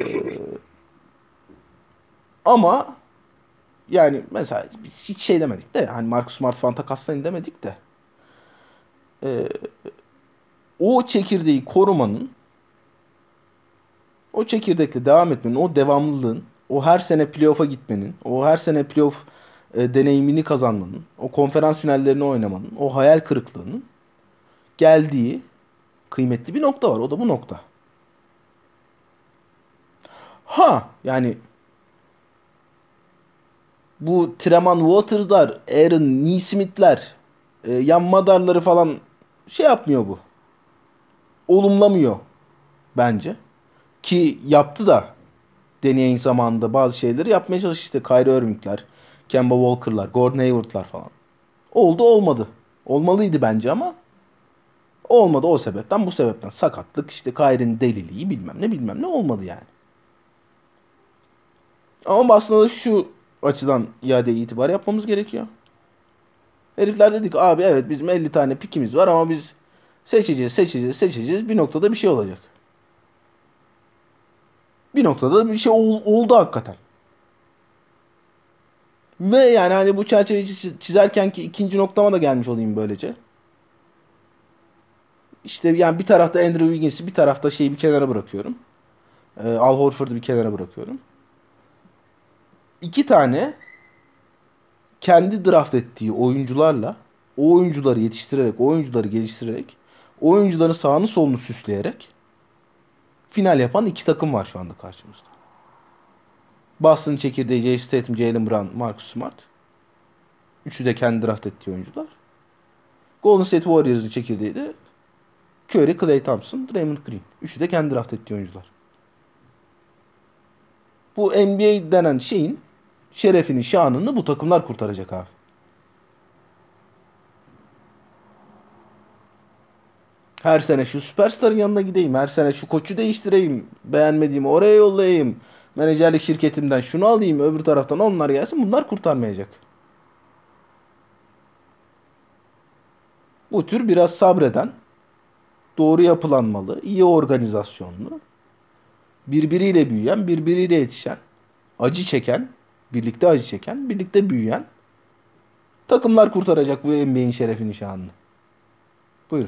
ama yani mesela biz hiç şey demedik de hani Marcus Smart falan takaslayın demedik de. Ee, o çekirdeği korumanın o çekirdekle devam etmenin, o devamlılığın, o her sene playoff'a gitmenin, o her sene playoff e, deneyimini kazanmanın, o konferans finallerini oynamanın, o hayal kırıklığının geldiği kıymetli bir nokta var. O da bu nokta. Ha yani bu Treman Waters'lar, Aaron Neesmith'ler, e, Yan Madar'ları falan şey yapmıyor bu. Olumlamıyor bence. Ki yaptı da deneyin zamanında bazı şeyleri yapmaya çalıştı. İşte Kyrie Irving'ler, Kemba Walker'lar, Gordon Hayward'lar falan. Oldu olmadı. Olmalıydı bence ama olmadı o sebepten bu sebepten. Sakatlık işte Kyrie'nin deliliği bilmem ne bilmem ne olmadı yani. Ama aslında şu açıdan iade itibar yapmamız gerekiyor. Herifler dedik abi evet bizim elli tane pikimiz var ama biz seçeceğiz seçeceğiz seçeceğiz bir noktada bir şey olacak. Bir noktada bir şey ol, oldu hakikaten. Ve yani hani bu çerçeveyi çizerken ki ikinci noktama da gelmiş olayım böylece. İşte yani bir tarafta Andrew Wiggins'i bir tarafta şeyi bir kenara bırakıyorum. Ee, Al Horford'u bir kenara bırakıyorum. İki tane kendi draft ettiği oyuncularla o oyuncuları yetiştirerek, o oyuncuları geliştirerek, o oyuncuların sağını solunu süsleyerek final yapan iki takım var şu anda karşımızda. Boston çekirdeği Jason Tatum, Jaylen Brown, Marcus Smart. Üçü de kendi draft ettiği oyuncular. Golden State Warriors'ın çekirdeği de Curry, Klay Thompson, Draymond Green. Üçü de kendi draft ettiği oyuncular. Bu N B A denen şeyin şerefini, şanını bu takımlar kurtaracak abi. Her sene şu süperstarın yanına gideyim. Her sene şu koçu değiştireyim. Beğenmediğimi oraya yollayayım. Menajerlik şirketimden şunu alayım. Öbür taraftan onlar gelsin. Bunlar kurtarmayacak. Bu tür biraz sabreden, doğru yapılanmalı, iyi organizasyonlu, birbiriyle büyüyen, birbiriyle yetişen, acı çeken, birlikte acı çeken, birlikte büyüyen takımlar kurtaracak bu N B A'in şerefini, şanını. Buyurun.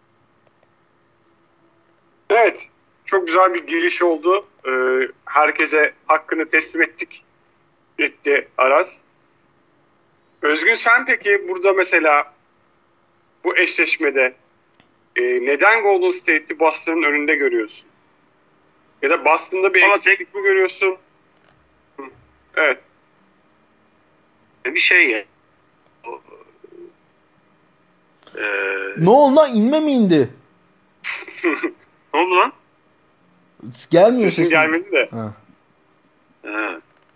Evet. Çok güzel bir giriş oldu. Ee, herkese hakkını teslim ettik. Etti Aras. Özgün sen peki burada mesela bu eşleşmede e, neden Golden State'i Boston'ın önünde görüyorsun? Ya da Boston'da bir Ama eksiklik tek... mi görüyorsun? Hı. Evet. Bir şey ya. Ee... Ne oldu lan? İnme mi indi? Ne oldu lan? Gelmiyor Sesin sesin. gelmedi de. Ha. Ha.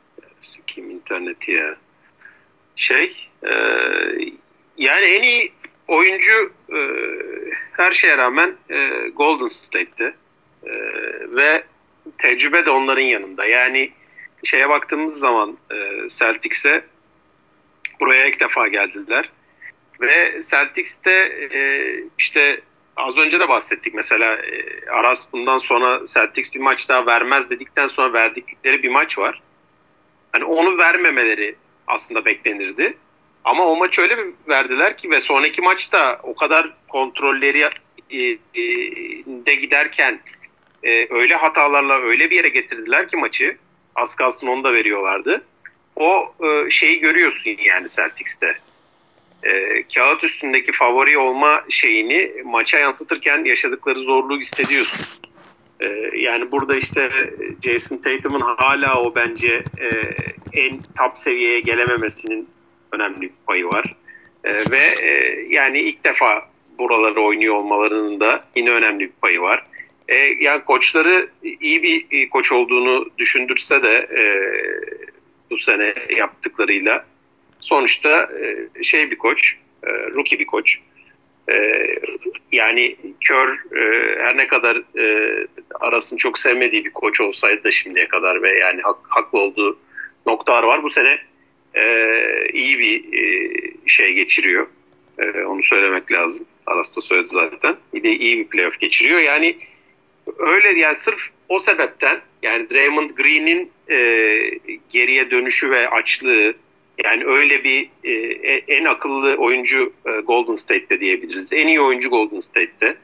Sikim interneti ya. Şey, e, yani en iyi oyuncu e, her şeye rağmen e, Golden State'ti. E, ve tecrübe de onların yanında. Yani şeye baktığımız zaman e, Celtics'e buraya ilk defa geldiler. Ve Celtics'te e, işte az önce de bahsettik. Mesela e, Aras bundan sonra Celtics bir maç daha vermez dedikten sonra verdikleri bir maç var. Hani onu vermemeleri aslında beklenirdi. Ama o maç öyle bir verdiler ki ve sonraki maçta o kadar kontrolleri e, e, de giderken e, öyle hatalarla öyle bir yere getirdiler ki maçı. Az kalsın onu da veriyorlardı. O e, şeyi görüyorsun yani Celtics'te. E, kağıt üstündeki favori olma şeyini maça yansıtırken yaşadıkları zorluğu hissediyorsun. E, yani burada işte Jason Tatum'un hala o bence e, en top seviyeye gelememesinin önemli bir payı var. E, ve e, yani ilk defa buraları oynuyor olmalarının da yine önemli bir payı var. E, yani koçları iyi bir koç olduğunu düşündürse de e, bu sene yaptıklarıyla sonuçta e, şey bir koç, e, rookie bir koç. E, yani Kör e, her ne kadar e, Aras'ın çok sevmediği bir koç olsaydı da şimdiye kadar ve yani hak, haklı olduğu noktalar var. Bu sene e, iyi bir e, şey geçiriyor. E, onu söylemek lazım. Aras da söyledi zaten. Bir de iyi bir playoff geçiriyor. Yani öyle yani sırf o sebepten yani Draymond Green'in e, geriye dönüşü ve açlığı yani öyle bir e, en akıllı oyuncu e, Golden State'te diyebiliriz. En iyi oyuncu Golden State'te.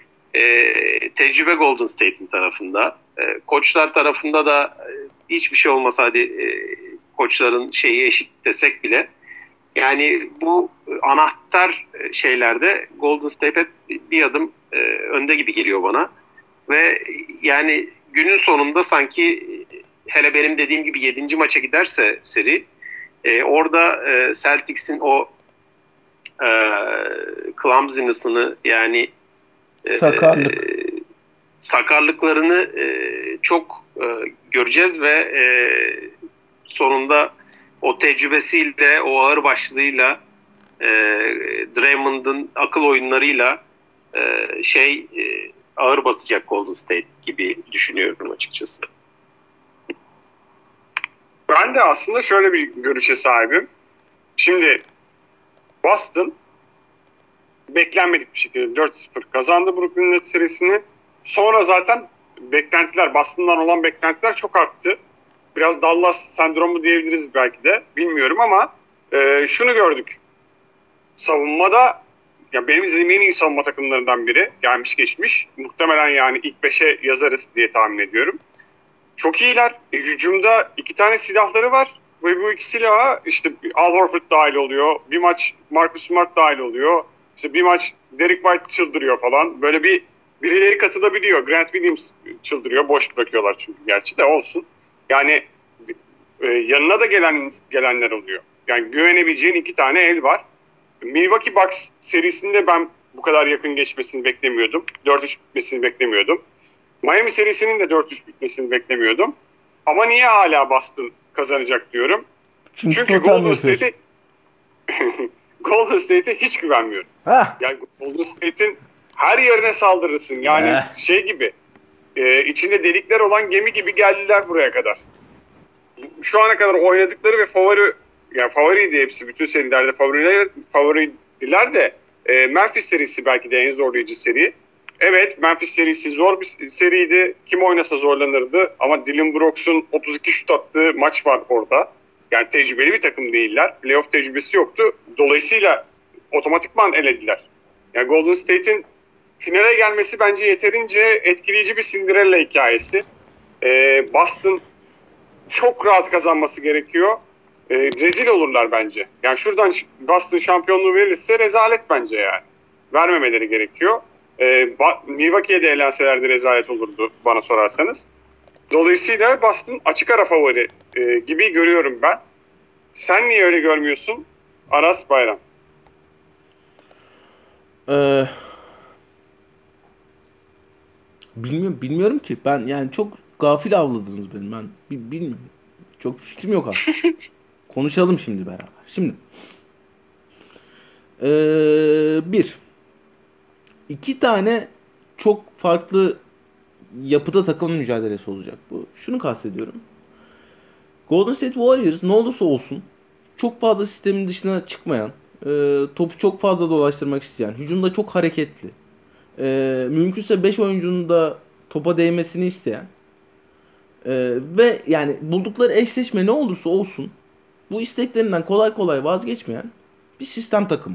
E, tecrübe Golden State'in tarafında. E, koçlar tarafında da e, hiçbir şey olmasa hadi e, koçların şeyi eşit desek bile yani bu anahtar şeylerde Golden State bir adım e, önde gibi geliyor bana. Ve yani günün sonunda sanki hele benim dediğim gibi yedinci maça giderse seri e, orada e, Celtics'in o e, clumsiness'ını yani e, Sakarlık. sakarlıklarını e, çok e, göreceğiz ve e, sonunda o tecrübesiyle, o ağırbaşlılığıyla e, Draymond'ın akıl oyunlarıyla e, şey e, ağır basacak Golden State gibi düşünüyorum açıkçası. Ben de aslında şöyle bir görüşe sahibim. Şimdi Boston beklenmedik bir şekilde dört sıfır kazandı Brooklyn Nets serisini. Sonra zaten beklentiler, Boston'dan olan beklentiler çok arttı. Biraz Dallas sendromu diyebiliriz belki de. Bilmiyorum ama e, şunu gördük. Savunmada ya benim izlediğim en iyi savunma takımlarından biri. Gelmiş geçmiş. Muhtemelen yani ilk beşe yazarız diye tahmin ediyorum. Çok iyiler. E, hücumda iki tane silahları var. Ve bu iki silaha işte Al Horford dahil oluyor. Bir maç Marcus Smart dahil oluyor. İşte bir maç Derek White çıldırıyor falan. Böyle bir birileri katılabiliyor. Grant Williams çıldırıyor. Boş bırakıyorlar çünkü gerçi de olsun. Yani e, yanına da gelen gelenler oluyor. Yani güvenebileceğin iki tane el var. Milwaukee Bucks serisinde ben bu kadar yakın geçmesini beklemiyordum. dört üç bitmesini beklemiyordum. Miami serisinin de dört üç bitmesini beklemiyordum. Ama niye hala Boston kazanacak diyorum. Çünkü, Çünkü Golden State'e Golden State'e hiç güvenmiyorum. Hah. Yani Golden State'in her yerine saldırırsın. Yani Eh. şey gibi e, içinde delikler olan gemi gibi geldiler buraya kadar. Şu ana kadar oynadıkları ve favori yani favoriydi hepsi. Bütün serilerde favoriler, favoriydiler de e, Memphis serisi belki de en zorlayıcı seri. Evet, Memphis serisi zor bir seriydi. Kim oynasa zorlanırdı. Ama Dillon Brooks'un otuz iki şut attığı maç var orada. Yani tecrübeli bir takım değiller. Playoff tecrübesi yoktu. Dolayısıyla otomatikman elediler. Yani Golden State'in finale gelmesi bence yeterince etkileyici bir Cinderella hikayesi. Ee, Boston çok rahat kazanması gerekiyor. Ee, rezil olurlar bence. Yani şuradan Boston şampiyonluğu verirse rezalet bence yani. Vermemeleri gerekiyor. Ee, Milwaukee'ye de elenselerdi rezalet olurdu bana sorarsanız. Dolayısıyla Boston açık ara favori e, gibi görüyorum ben. Sen niye öyle görmüyorsun? Aras Bayram. Ee, bilmiyorum, bilmiyorum ki. Ben yani çok gafil avladınız beni. Ben bilmiyorum. Çok fikrim yok aslında. Konuşalım şimdi beraber. Şimdi. Ee, bir. İki tane çok farklı yapıda takım mücadelesi olacak bu. Şunu kastediyorum. Golden State Warriors ne olursa olsun çok fazla sistemin dışına çıkmayan, e, topu çok fazla dolaştırmak isteyen, hücumda çok hareketli, e, mümkünse beş oyuncunun da topa değmesini isteyen e, ve yani buldukları eşleşme ne olursa olsun bu isteklerinden kolay kolay vazgeçmeyen bir sistem takımı.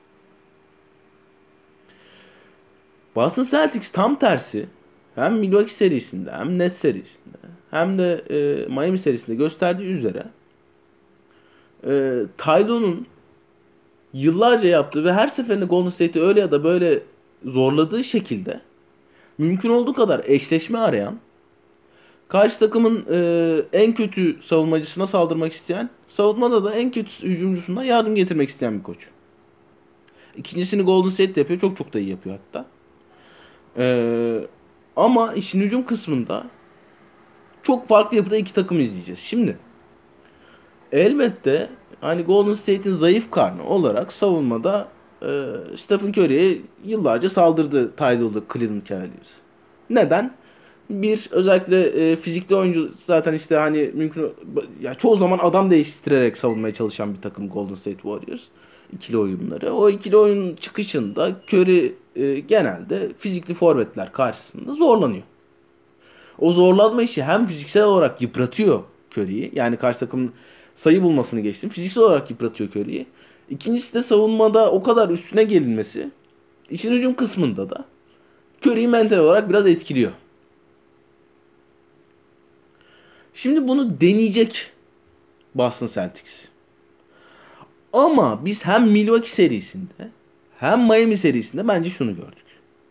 Boston Celtics tam tersi hem Milwaukee serisinde hem Nets serisinde hem de e, Miami serisinde gösterdiği üzere e, Ty Lue'nun yıllarca yaptığı ve her seferinde Golden State'i öyle ya da böyle zorladığı şekilde mümkün olduğu kadar eşleşme arayan, karşı takımın e, en kötü savunmacısına saldırmak isteyen, savunmada da en kötü hücumcusuna yardım getirmek isteyen bir koç. İkincisini Golden State yapıyor. Çok çok da iyi yapıyor hatta. E, ama işin hücum kısmında çok farklı yapıda iki takım izleyeceğiz. Şimdi elbette hani Golden State'in zayıf karnı olarak savunmada e, Stephen Curry'ye yıllarca saldırdı Ty Lue'da Cleveland Cavaliers. Neden? Bir özellikle e, fizikli oyuncu zaten işte hani mümkün ya çoğu zaman adam değiştirerek savunmaya çalışan bir takım Golden State Warriors ikili oyunları. O ikili oyun çıkışında Curry e, genelde fizikli forvetler karşısında zorlanıyor. O zorlanma işi hem fiziksel olarak yıpratıyor Curry'i. Yani karşı takımın sayı bulmasını geçtim. Fiziksel olarak yıpratıyor Curry'i. İkincisi de savunmada o kadar üstüne gelinmesi işin hücum kısmında da Curry'i mental olarak biraz etkiliyor. Şimdi bunu deneyecek Boston Celtics. Ama biz hem Milwaukee serisinde hem Miami serisinde bence şunu gördük.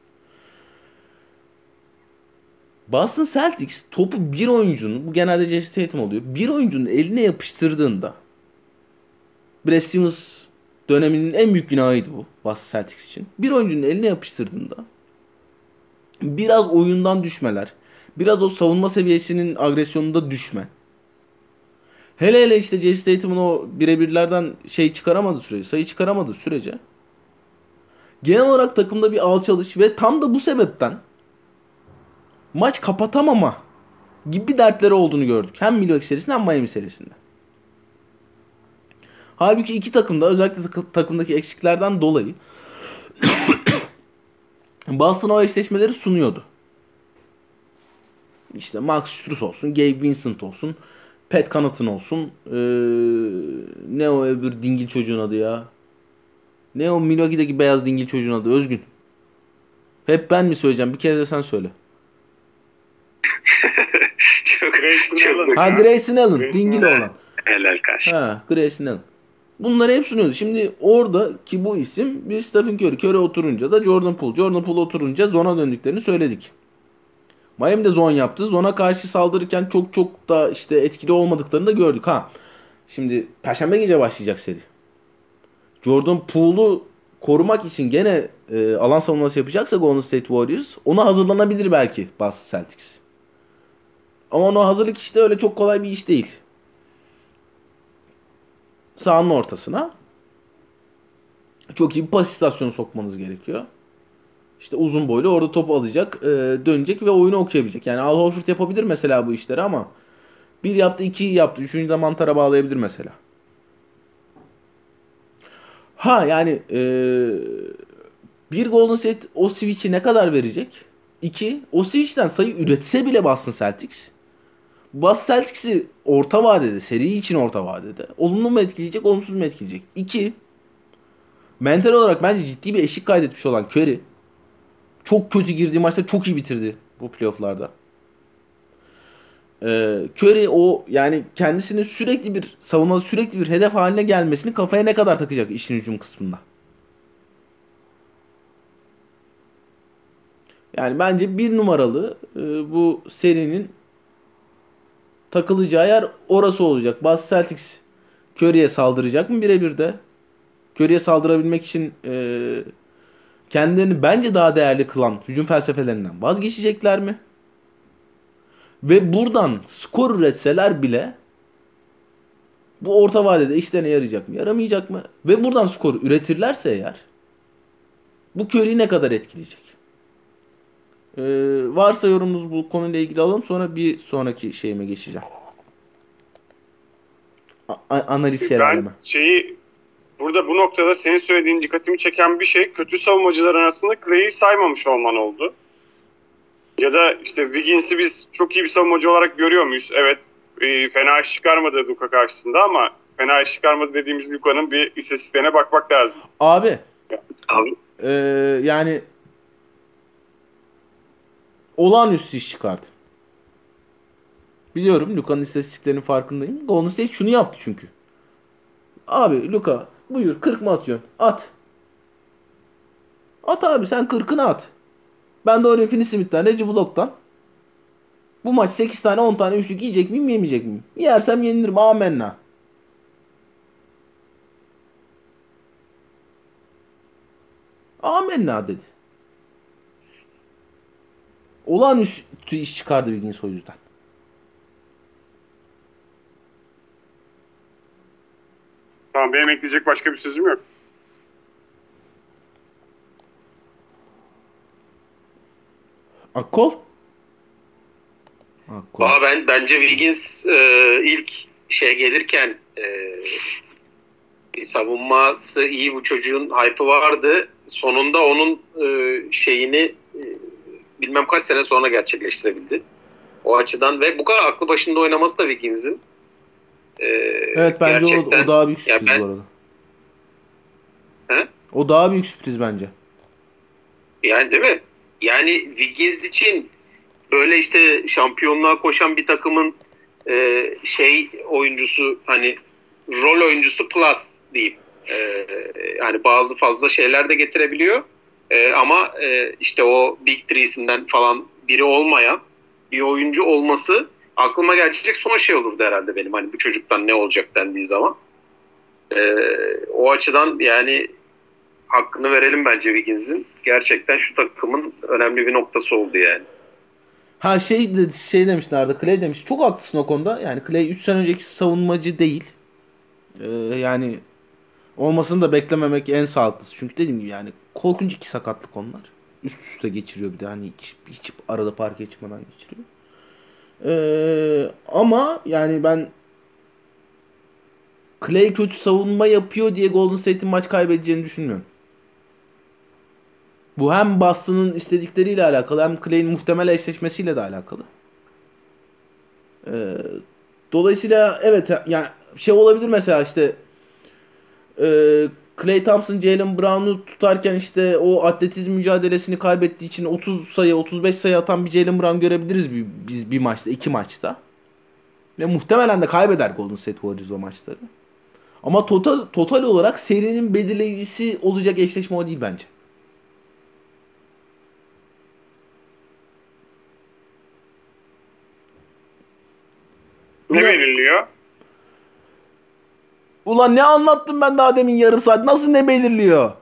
Boston Celtics topu bir oyuncunun, bu genelde Jason Tatum oluyor, bir oyuncunun eline yapıştırdığında, Brad Stevens döneminin en büyük günahıydı bu Boston Celtics için. Bir oyuncunun eline yapıştırdığında biraz oyundan düşmeler, biraz o savunma seviyesinin agresyonunda düşme. Hele hele işte Jason Tatum'un o birebirlerden şey çıkaramadığı sürece, sayı çıkaramadığı sürece genel olarak takımda bir alçalış ve tam da bu sebepten maç kapatamama gibi dertleri olduğunu gördük. Hem Milwaukee serisinde hem Miami serisinde. Halbuki iki takım da özellikle takımdaki eksiklerden dolayı Boston o eşleşmeleri sunuyordu. İşte Max Strus olsun, Gabe Vincent olsun, Pat Connaughton olsun, ee, ne o öbür dingil çocuğun adı ya? Ne o Milwaukee'deki beyaz dingil çocuğun adı? Özgün. Hep ben mi söyleyeceğim? Bir kere de sen söyle. çok Grayson Allen. Ha Grayson Allen. Grayson Dingil Allen. olan. Helal karşı. Ha Grayson Allen. Bunları hep sunuyordu. Şimdi oradaki bu isim bir Stephen Curry. Curry oturunca da Jordan Poole. Jordan Poole oturunca zona döndüklerini söyledik. Miami de zon yaptı. Zona karşı saldırırken çok çok da işte etkili olmadıklarını da gördük. Ha. Şimdi Perşembe gece başlayacak seri. Jordan Poole'u korumak için gene e, alan savunması yapacaksa Golden State Warriors ona hazırlanabilir belki Boston Celtics. Ama ona hazırlık işte öyle çok kolay bir iş değil. Sahanın ortasına çok iyi bir pas istasyonu sokmanız gerekiyor. İşte uzun boylu orada topu alacak, e, dönecek ve oyunu okuyabilecek. Yani Al Horford yapabilir mesela bu işleri ama bir yaptı, iki yaptı, üçüncü de mantara bağlayabilir mesela. Ha yani e, bir Golden State o switch'i ne kadar verecek? İki, o switch'ten sayı üretse bile Boston Celtics. Boston Celtics'i orta vadede, seri için orta vadede olumlu mu etkileyecek, olumsuz mu etkileyecek? İki, mental olarak bence ciddi bir eşik kaydetmiş olan Curry çok kötü girdiği maçta çok iyi bitirdi bu playoff'larda. Ee, Curry o yani kendisini sürekli bir savunmada sürekli bir hedef haline gelmesini kafaya ne kadar takacak işin hücum kısmında. Yani bence bir numaralı e, bu serinin takılacağı yer orası olacak. Boston Celtics Curry'e saldıracak mı birebir de? Curry'e saldırabilmek için e, kendilerini bence daha değerli kılan hücum felsefelerinden vazgeçecekler mi? Ve buradan skor üretseler bile Bu orta vadede işlerine yarayacak mı? Yaramayacak mı? Ve buradan skor üretirlerse eğer bu Curry'i ne kadar etkileyecek? Ee, varsa yorumunuz bu konuyla ilgili alalım. Sonra bir sonraki şeyime geçeceğim. A- analiz Ben şelaleme. şeyi burada bu noktada senin söylediğin dikkatimi çeken bir şey kötü savunmacılar arasında Clay'i saymamış olman oldu. Ya da işte Wiggins'i biz çok iyi bir savunmacı olarak görüyor muyuz? Evet. E, fena iş çıkarmadı Luka karşısında ama fena iş çıkarmadı dediğimiz Luka'nın bir istatistiklerine bakmak lazım. Abi. Abi. Ee, yani olağanüstü iş çıkardı. Biliyorum Luka'nın istatistiklerinin farkındayım. Golden State şunu yaptı çünkü. Abi Luka buyur kırk mı atıyorsun? At. At abi sen kırkını at. Ben de Dorian Finney-Smith'ten, Reggie Bullock'tan bu maç sekiz tane on tane üçlük yiyecek miyim yemeyecek miyim? Yersem yenilirim amenna. Amenna dedi. Olağanüstü iş çıkardı Wiggins o yüzden. Tamam benim ekleyecek başka bir sözüm yok. Akkol? Akkol. Aa, ben bence Wiggins e, ilk şey gelirken e, savunması iyi, bu çocuğun hype'ı vardı. Sonunda onun e, şeyini e, bilmem kaç sene sonra gerçekleştirebildi. O açıdan ve bu kadar aklı başında oynaması da Wiggins'in. E, Evet bence gerçekten, o, o daha büyük sürpriz ben, bu arada. He? O daha büyük sürpriz bence. Yani değil mi? Yani Wiggins için böyle işte şampiyonluğa koşan bir takımın e, şey oyuncusu, hani rol oyuncusu plus diyeyim. E, yani bazı fazla şeyler de getirebiliyor. E, ama e, işte o Big Three'sinden falan biri olmayan bir oyuncu olması aklıma gelecek son şey olurdu herhalde benim. Hani bu çocuktan ne olacak dendiği zaman. E, o açıdan yani hakkını verelim bence Wiggins'in. Gerçekten şu takımın önemli bir noktası oldu yani. Ha şey de, şey demiştin Arda, Clay demiş. Çok haklısın o konuda. Yani Clay üç sene önceki savunmacı değil. Ee, yani olmasını da beklememek en sağlıklısı. Çünkü dediğim gibi yani korkunç iki sakatlık onlar. Üst üste geçiriyor bir de hani hiç, hiç arada parkeye çıkmadan geçiriyor. Ee, ama yani ben Clay kötü savunma yapıyor diye Golden State'in maç kaybedeceğini düşünmüyorum. Bu hem Boston'ın istedikleriyle alakalı hem Clay'in muhtemel eşleşmesiyle de alakalı. Ee, dolayısıyla evet yani şey olabilir mesela işte e, Klay Thompson Jaylen Brown'u tutarken işte o atletizm mücadelesini kaybettiği için otuz sayı otuz beş sayı atan bir Jaylen Brown görebiliriz bir, biz bir maçta iki maçta. Ve muhtemelen de kaybeder Golden State Warriors o maçları. Ama total total olarak serinin belirleyicisi olacak eşleşme o değil bence. Ne Ulan, belirliyor? ulan ne anlattım ben daha demin yarım saat. Nasıl ne belirliyor?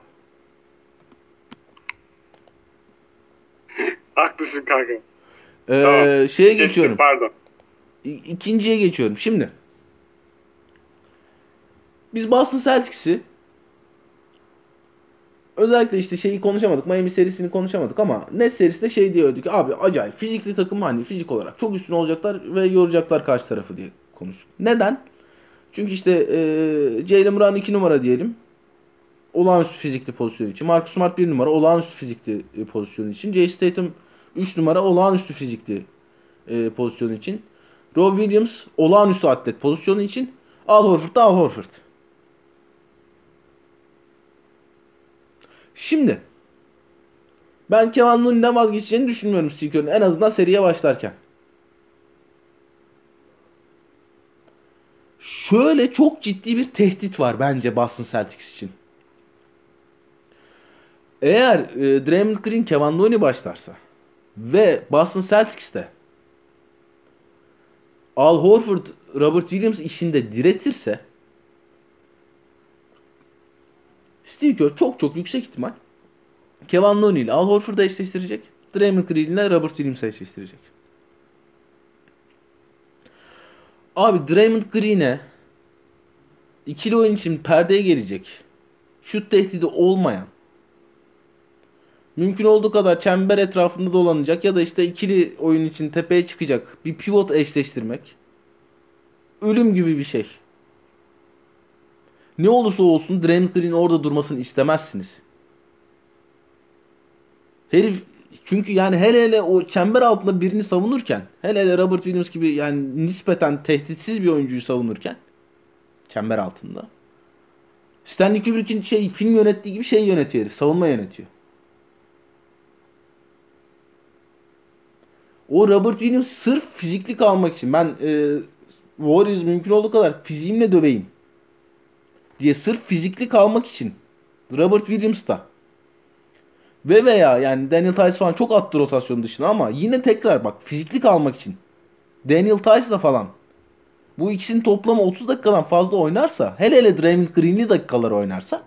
Haklısın kanka. Ee, Tamam. şeye Kestim, geçiyorum. pardon. İ- İkinciye geçiyorum. Şimdi. Biz Boston Celtics'i özellikle işte şeyi konuşamadık. Miami serisini konuşamadık ama Nets serisinde şey diyorduk. Abi acayip fizikli takım, hani fizik olarak çok üstün olacaklar ve yoracaklar karşı tarafı diye konuştuk. Neden? Çünkü işte e, Jaylen Brown iki numara diyelim. Olağanüstü fizikli pozisyon için. Marcus Smart bir numara olağanüstü fizikli e, pozisyon için. Jason Tatum üç numara olağanüstü fizikli e, pozisyon için. Rob Williams olağanüstü atlet pozisyonu için. Al Horford da Al Horford. Şimdi ben Kevin Looney'den vazgeçeceğini düşünmüyorum Steve Kerr'ın, en azından seriye başlarken. Şöyle çok ciddi bir tehdit var bence Boston Celtics için. Eğer e, Draymond Green, Kevin Looney başlarsa ve Boston Celtics'te Al Horford, Robert Williams işinde diretirse Steve Kerr çok çok yüksek ihtimal Kevin Looney ile Al Horford'u eşleştirecek. Draymond Green ile Robert Williams'ı eşleştirecek. Abi Draymond Green'e ikili oyun için perdeye gelecek, şut tehdidi olmayan, mümkün olduğu kadar çember etrafında dolanacak ya da işte ikili oyun için tepeye çıkacak bir pivot eşleştirmek ölüm gibi bir şey. Ne olursa olsun Draymond Green orada durmasını istemezsiniz. Herif çünkü yani hele hele o çember altında birini savunurken, hele hele Robert Williams gibi yani nispeten tehditsiz bir oyuncuyu savunurken çember altında, Stanley Kubrick'in şey film yönettiği gibi şey yönetiyor herif, savunma yönetiyor. O Robert Williams sırf fizikli kalmak için ben e, Warriors mümkün olduğu kadar fiziğimle döveyim diye sırf fizikli kalmak için Robert Williams da ve veya yani Daniel Tice falan çok attı rotasyon dışına ama yine tekrar bak fizikli kalmak için Daniel Tice'la falan bu ikisinin toplamı otuz dakikadan fazla oynarsa, hele hele Draymond Green'li dakikalar oynarsa,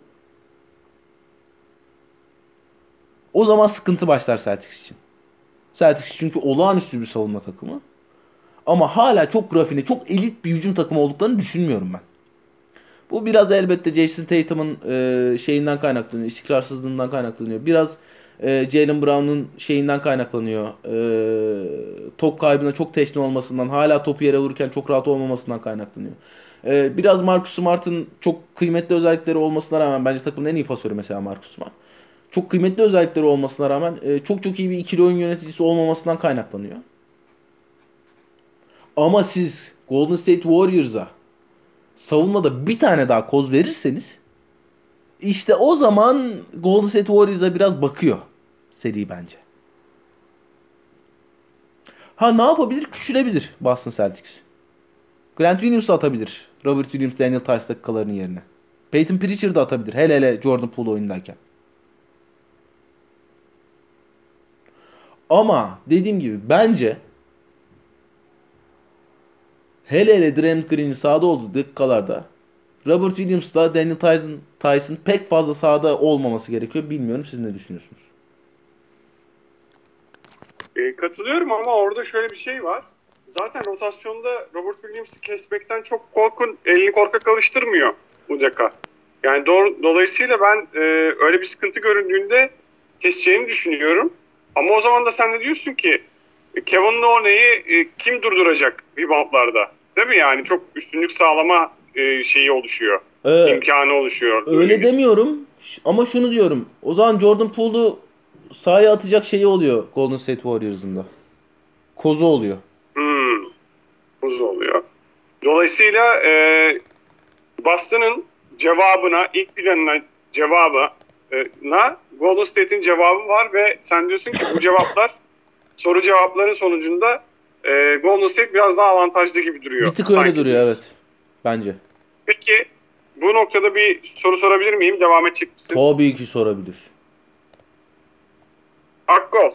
o zaman sıkıntı başlar Celtics için. Celtics çünkü olağanüstü bir savunma takımı. Ama hala çok rafine, çok elit bir hücum takımı olduklarını düşünmüyorum ben. Bu biraz elbette Jason Tatum'un e, şeyinden kaynaklanıyor, istikrarsızlığından kaynaklanıyor. Biraz e, Jaylen Brown'un şeyinden kaynaklanıyor. E, top kaybına çok teşne olmasından, hala topu yere vururken çok rahat olmamasından kaynaklanıyor. E, biraz Marcus Smart'ın çok kıymetli özellikleri olmasına rağmen, bence takımın en iyi pasörü mesela Marcus Smart. Çok kıymetli özellikleri olmasına rağmen e, çok çok iyi bir ikili oyun yöneticisi olmamasından kaynaklanıyor. Ama siz Golden State Warriors'a savunmada bir tane daha koz verirseniz, işte o zaman Golden State Warriors'a biraz bakıyor seri bence. Ha ne yapabilir? Küçülebilir Boston Celtics. Grant Williams atabilir. Robert Williams, Daniel Tice dakikalarının yerine. Peyton Pritchard da atabilir. Hele hele Jordan Poole oyundayken. Ama dediğim gibi bence hele hele Draymond Green'in sahada olduğu dakikalarda Robert Williams'la Daniel Tyson, Tyson pek fazla sahada olmaması gerekiyor. Bilmiyorum, siz ne düşünüyorsunuz? E, katılıyorum ama orada şöyle bir şey var. Zaten rotasyonda Robert Williams'ı kesmekten çok korkun, elini korkak alıştırmıyor Udeka. Yani doğru, dolayısıyla ben e, öyle bir sıkıntı göründüğünde keseceğini düşünüyorum. Ama o zaman da sen de diyorsun ki Kevin Looney'i e, kim durduracak reboundlarda? Değil mi yani? Çok üstünlük sağlama e, şeyi oluşuyor. Ee, imkanı oluşuyor. Öyle öyle demiyorum ama şunu diyorum. O zaman Jordan Poole'u sahaya atacak şeyi oluyor Golden State Warriors'ın da. Kozu oluyor. Hmm, kozu oluyor. Dolayısıyla e, Boston'ın cevabına, ilk planına cevabına Golden State'in cevabı var ve sen diyorsun ki bu cevaplar soru cevapların sonucunda e, Golden State biraz daha avantajlı gibi duruyor. Bir tık öyle duruyor diyorsun. Evet. Bence. Peki bu noktada bir soru sorabilir miyim? Devam edecek misin? Tabii ki sorabilir. Akkol.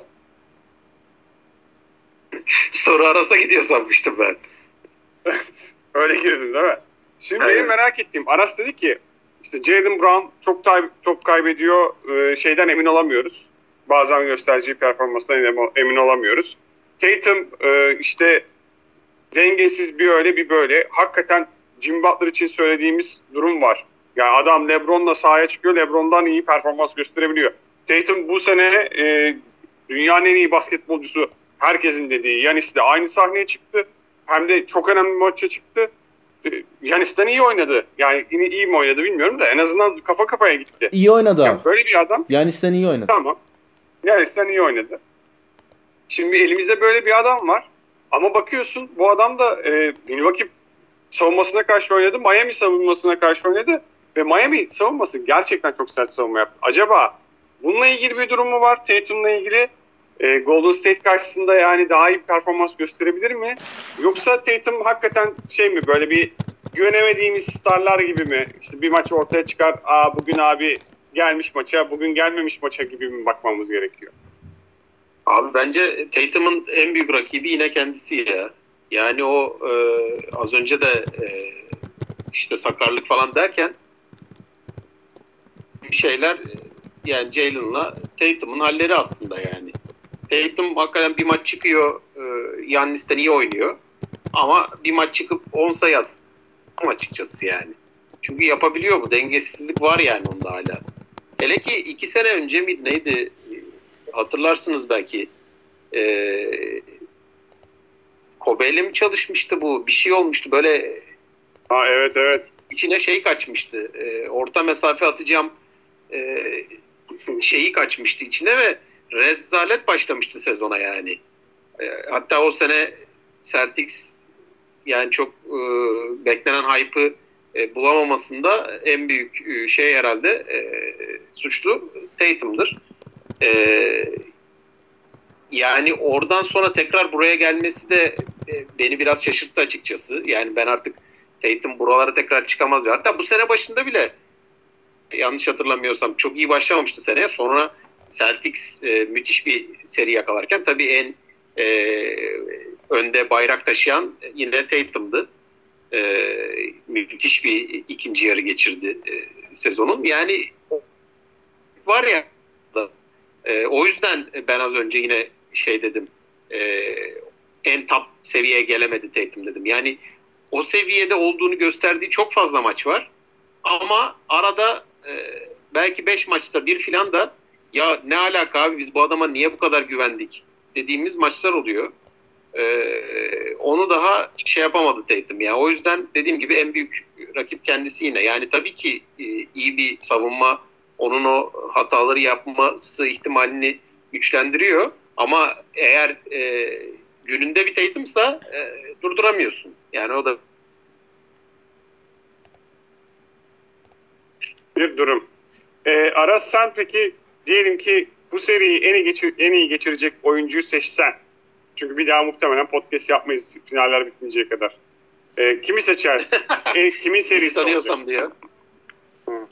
Soru arasa gidiyor sanmıştım ben. Öyle girdin değil mi? Şimdi evet. Benim merak ettiğim, Aras dedi ki işte Jaylen Brown çok tay- top kaybediyor, ee, şeyden emin olamıyoruz. Bazen göstereceği performanstan emin olamıyoruz. Tatum e, işte dengesiz, bir öyle bir böyle. Hakikaten Jim Butler için söylediğimiz durum var. Yani adam LeBron'la sahaya çıkıyor, LeBron'dan iyi performans gösterebiliyor. Tatum bu sene e, dünyanın en iyi basketbolcusu, herkesin dediği Giannis'le aynı sahneye çıktı. Hem de çok önemli bir maça çıktı. Giannis'ten iyi oynadı. Yani yine iyi mi oynadı bilmiyorum da en azından kafa kafaya gitti. İyi oynadı yani abi. Böyle bir adam. Giannis'ten iyi oynadı. Tamam. Giannis'ten iyi oynadı. Şimdi elimizde böyle bir adam var. Ama bakıyorsun bu adam da e, Milwaukee savunmasına karşı oynadı. Miami savunmasına karşı oynadı. Ve Miami savunması gerçekten çok sert savunma yaptı. Acaba bununla ilgili bir durum mu var? Tatum'la ilgili e, Golden State karşısında yani daha iyi performans gösterebilir mi? Yoksa Tatum hakikaten şey mi, böyle bir güvenemediğimiz starlar gibi mi? İşte bir maç ortaya çıkar. Aa bugün abi gelmiş maça, bugün gelmemiş maça gibi mi bakmamız gerekiyor? Abi bence Tatum'un en büyük rakibi yine kendisi ya. Yani o e, az önce de e, işte sakarlık falan derken bir şeyler yani Jaylen'la Tatum'un halleri aslında yani. Tatum hakikaten bir maç çıkıyor, Giannis'ten iyi oynuyor. Ama bir maç çıkıp on sayı atsın açıkçası yani. Çünkü yapabiliyor bu. Dengesizlik var yani onda hala. Hele ki iki sene önce miydi neydi? Hatırlarsınız belki. Ee, Kobe'yle mi çalışmıştı bu? Bir şey olmuştu. Böyle Ha, evet evet. içine şey kaçmıştı. Ee, orta mesafe atacağım e, şeyi kaçmıştı içine ve rezalet başlamıştı sezona yani. E, hatta o sene Celtics yani çok e, beklenen hype'ı e, bulamamasında en büyük e, şey herhalde e, suçlu Tatum'dur. E, yani oradan sonra tekrar buraya gelmesi de e, beni biraz şaşırttı açıkçası. Yani ben artık Tatum buralara tekrar çıkamaz diyor. Hatta bu sene başında bile yanlış hatırlamıyorsam çok iyi başlamamıştı seneye. Sonra Celtics e, müthiş bir seri yakalarken tabii en e, önde bayrak taşıyan yine Tatum'dı. E, müthiş bir ikinci yarı geçirdi e, sezonun. Yani var ya e, o yüzden ben az önce yine şey dedim e, en top seviyeye gelemedi Tatum dedim. Yani o seviyede olduğunu gösterdiği çok fazla maç var. Ama arada e, belki beş maçta bir filan da ya ne alaka abi biz bu adama niye bu kadar güvendik dediğimiz maçlar oluyor. E, onu daha şey yapamadı Tatum. Yani o yüzden dediğim gibi en büyük rakip kendisi yine. Yani tabii ki e, iyi bir savunma onun o hataları yapması ihtimalini güçlendiriyor. Ama eğer e, gününde bir Tatum'sa e, durduramıyorsun. Yani o da Bir durum. Ee, Aras, sen peki diyelim ki bu seriyi en iyi, geçir, en iyi geçirecek oyuncuyu seçsen. Çünkü bir daha muhtemelen podcast yapmayız finaller bitinceye kadar. Ee, kimi seçersin? e, kimin serisi sanıyorsam olacak? diyor. Hı.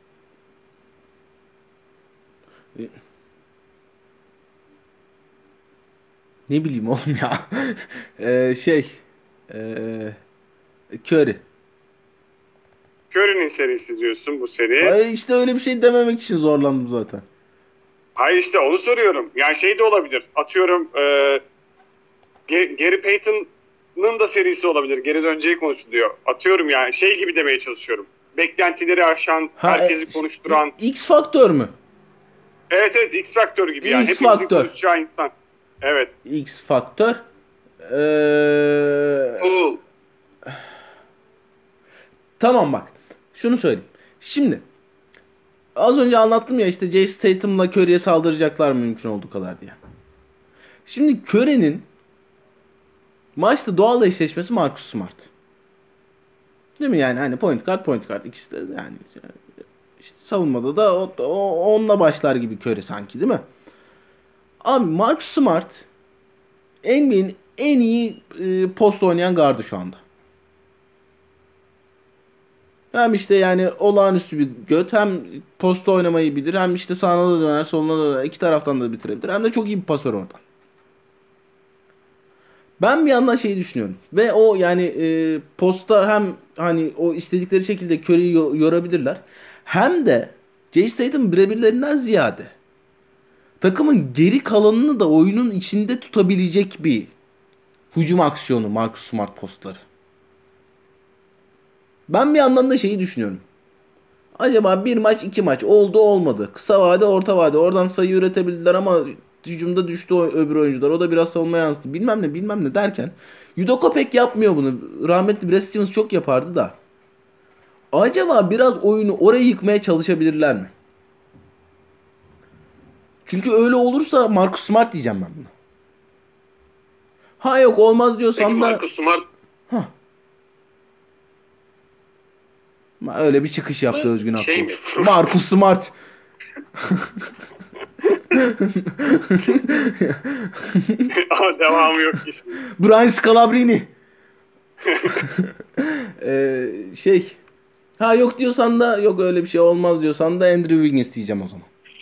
Ne bileyim oğlum ya. Ee, şey. Ee, Curry. Curry'nin serisi diyorsun bu seri. Hayır işte öyle bir şey dememek için zorlandım zaten. Hayır işte onu soruyorum. Yani şey de olabilir. Atıyorum e, Gary Payton'ın da serisi olabilir. Geri döneceği konuşuluyor. Atıyorum yani şey gibi demeye çalışıyorum. Beklentileri aşan, Ha, herkesi e, konuşturan. X faktör mü? Evet evet, X Factor gibi yani. X Hepimizin Factor. konuşacağı insan. Evet. X faktör. Ee, Bu tamam bak. Şunu söyleyeyim. Şimdi az önce anlattım ya işte Jason Tatum'la Curry'e saldıracaklar mümkün olduğu kadar diye. Şimdi Curry'nin maçta doğal eşleşmesi Marcus Smart. Değil mi yani hani point guard point guard ikisi de yani işte savunmada da o, o, onunla başlar gibi Curry sanki değil mi? Abi Marcus Smart N B A'in en iyi e, post oynayan gardı şu anda. Hem işte yani olağanüstü bir göt, hem posta oynamayı bilir, hem işte sağına da döner soluna da döner, iki taraftan da bitirebilir, hem de çok iyi bir pasör oradan. Ben bir yandan şeyi düşünüyorum ve o yani e, posta hem hani o istedikleri şekilde Curry'i yo- yorabilirler, hem de Jason Tatum birebirlerinden ziyade takımın geri kalanını da oyunun içinde tutabilecek bir hücum aksiyonu Marcus Smart postları. Ben bir yandan da şeyi düşünüyorum. Acaba bir maç iki maç oldu olmadı. Kısa vade orta vade oradan sayı üretebildiler ama hücumda düştü o öbür oyuncular. O da biraz savunma yansıttı. Bilmem ne bilmem ne derken Udoka pek yapmıyor bunu. Rahmetli Brad Stevens çok yapardı da. Acaba biraz oyunu oraya yıkmaya çalışabilirler mi? Çünkü öyle olursa Marcus Smart diyeceğim ben buna. Ha yok olmaz peki diyorsan da Marcus Smart Hah. Öyle bir çıkış yaptı Özgün Akbulut. şey mi? Marcus Smart. Ama devamı yok ki. Brian Scalabrine. ee, şey. Ha yok diyorsan da yok öyle bir şey olmaz diyorsan da Andrew Wiggins diyeceğim o zaman.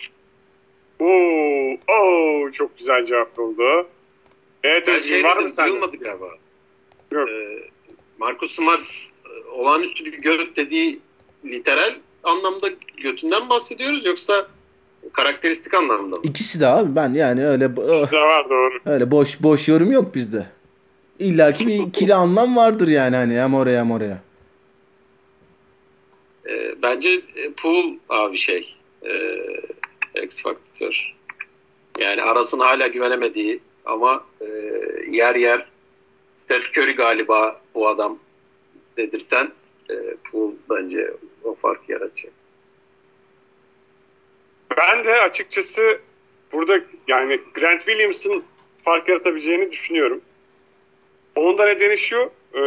Oo, oo, çok güzel cevap oldu. Evet Ben Özgün, şey var mı dedim sende? duyulmadı galiba. Yok. Ee, Marcus Smart e, olağanüstü bir göt dediği literal anlamda götünden bahsediyoruz yoksa karakteristik anlamda mı? İkisi de abi ben yani öyle İkisi de var, doğru. öyle boş boş yorum yok bizde. İlla ki bir ikili anlam vardır yani hani hem oraya hem oraya. E, bence e, Poole abi şey e, X Factor. Yani arasına hala güvenemediği ama e, yer yer Steph Curry galiba bu adam dedirten e, Poole bence o farkı yaratacak. Ben de açıkçası burada yani Grant Williams'ın fark yaratabileceğini düşünüyorum. Onun da nedeni şu, e,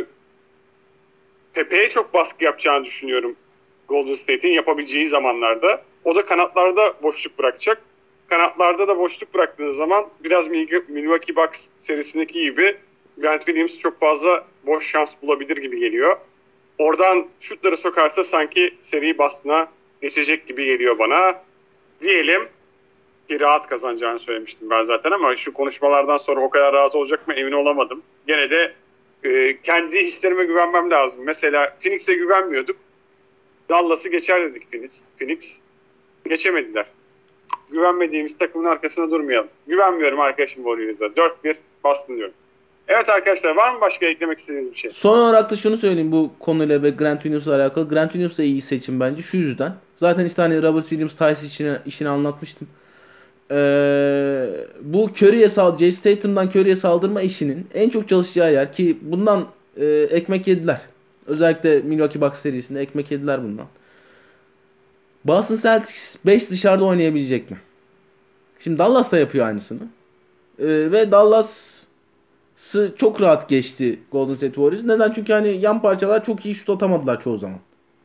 tepeye çok baskı yapacağını düşünüyorum Golden State'in yapabileceği zamanlarda. O da kanatlarda boşluk bırakacak. Kanatlarda da boşluk bıraktığınız zaman biraz Milwaukee Bucks serisindeki gibi Grant Williams çok fazla boş şans bulabilir gibi geliyor. Oradan şutları sokarsa sanki seri Boston'a geçecek gibi geliyor bana. Diyelim ki rahat kazanacağını söylemiştim ben zaten ama şu konuşmalardan sonra o kadar rahat olacak mı emin olamadım. Gene de e, kendi hislerime güvenmem lazım. Mesela Phoenix'e güvenmiyorduk. Dallas'ı geçer dedik Phoenix. Phoenix geçemediler. Güvenmediğimiz takımın arkasına durmayalım. Güvenmiyorum arkadaşım Warriors'a. dört bir Boston diyorum. Evet arkadaşlar, var mı başka eklemek istediğiniz bir şey? Son olarak da şunu söyleyeyim bu konuyla ve Grant Williams'la alakalı. Grant Williams da iyi seçim bence şu yüzden. Zaten işte hani Robert Williams Tyson işini, işini anlatmıştım. Ee, bu Curry'e sal, Jason Tatum'dan Curry'e saldırma işinin en çok çalışacağı yer ki bundan e, ekmek yediler. Özellikle Milwaukee Bucks serisinde ekmek yediler bundan. Boston Celtics beş dışarıda oynayabilecek mi? Şimdi Dallas da yapıyor aynısını. Ee, ve Dallas'ı çok rahat geçti Golden State Warriors. Neden? Çünkü hani yan parçalar çok iyi şut atamadılar çoğu zaman.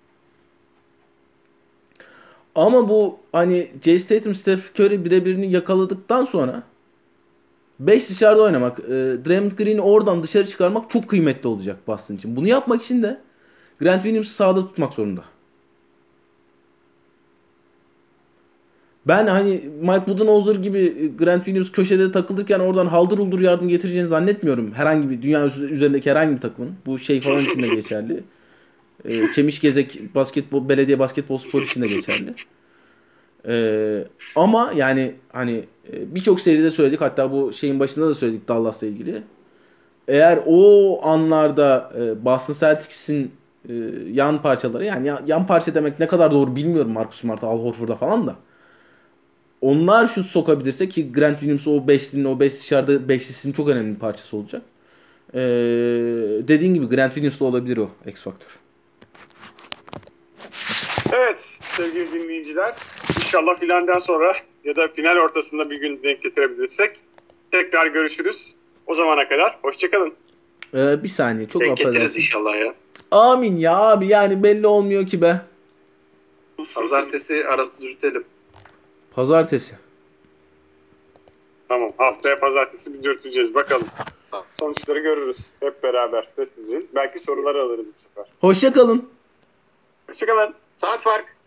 Ama bu hani Jason Tatum, Steph Curry birebirini yakaladıktan sonra beş dışarıda oynamak, e, Draymond Green'i oradan dışarı çıkarmak çok kıymetli olacak Boston için. Bunu yapmak için de Grant Williams'ı sahada tutmak zorunda. Ben hani Mike Budenholzer gibi Grant Williams köşede takılırken oradan haldır uldur yardım getireceğini zannetmiyorum. Herhangi bir dünya üzerindeki herhangi bir takımın. Bu şey falan için de geçerli. E, Çemişgezek basketbol, belediye basketbol spor için de geçerli. Ee, ama yani hani e, birçok seride söyledik, hatta bu şeyin başında da söyledik Dallas'la ilgili. Eğer o anlarda e, Boston Celtics'in e, yan parçaları, yani yan, yan parça demek ne kadar doğru bilmiyorum, Marcus Smart'a, Al Horford'a falan da. Onlar şut sokabilirse ki Grant Williams o beşlinin, o beş dışarıda beşlisinin çok önemli bir parçası olacak. Ee, dediğin gibi Grant Williams'la olabilir o X faktör. Evet sevgili dinleyiciler, inşallah finalden sonra ya da final ortasında bir gün denk getirebilirsek tekrar görüşürüz. O zamana kadar hoşçakalın. Ee, bir saniye, çok denk affedersin. getiririz inşallah ya. Amin ya abi, yani belli olmuyor ki be. Pazartesi arası dürtelim. Pazartesi. Tamam, haftaya pazartesi bir dürteceğiz bakalım. Sonuçları görürüz. Hep beraber test edeceğiz. Belki soruları alırız bu sefer. Hoşça kalın. Hoşçakalın. Saat fark.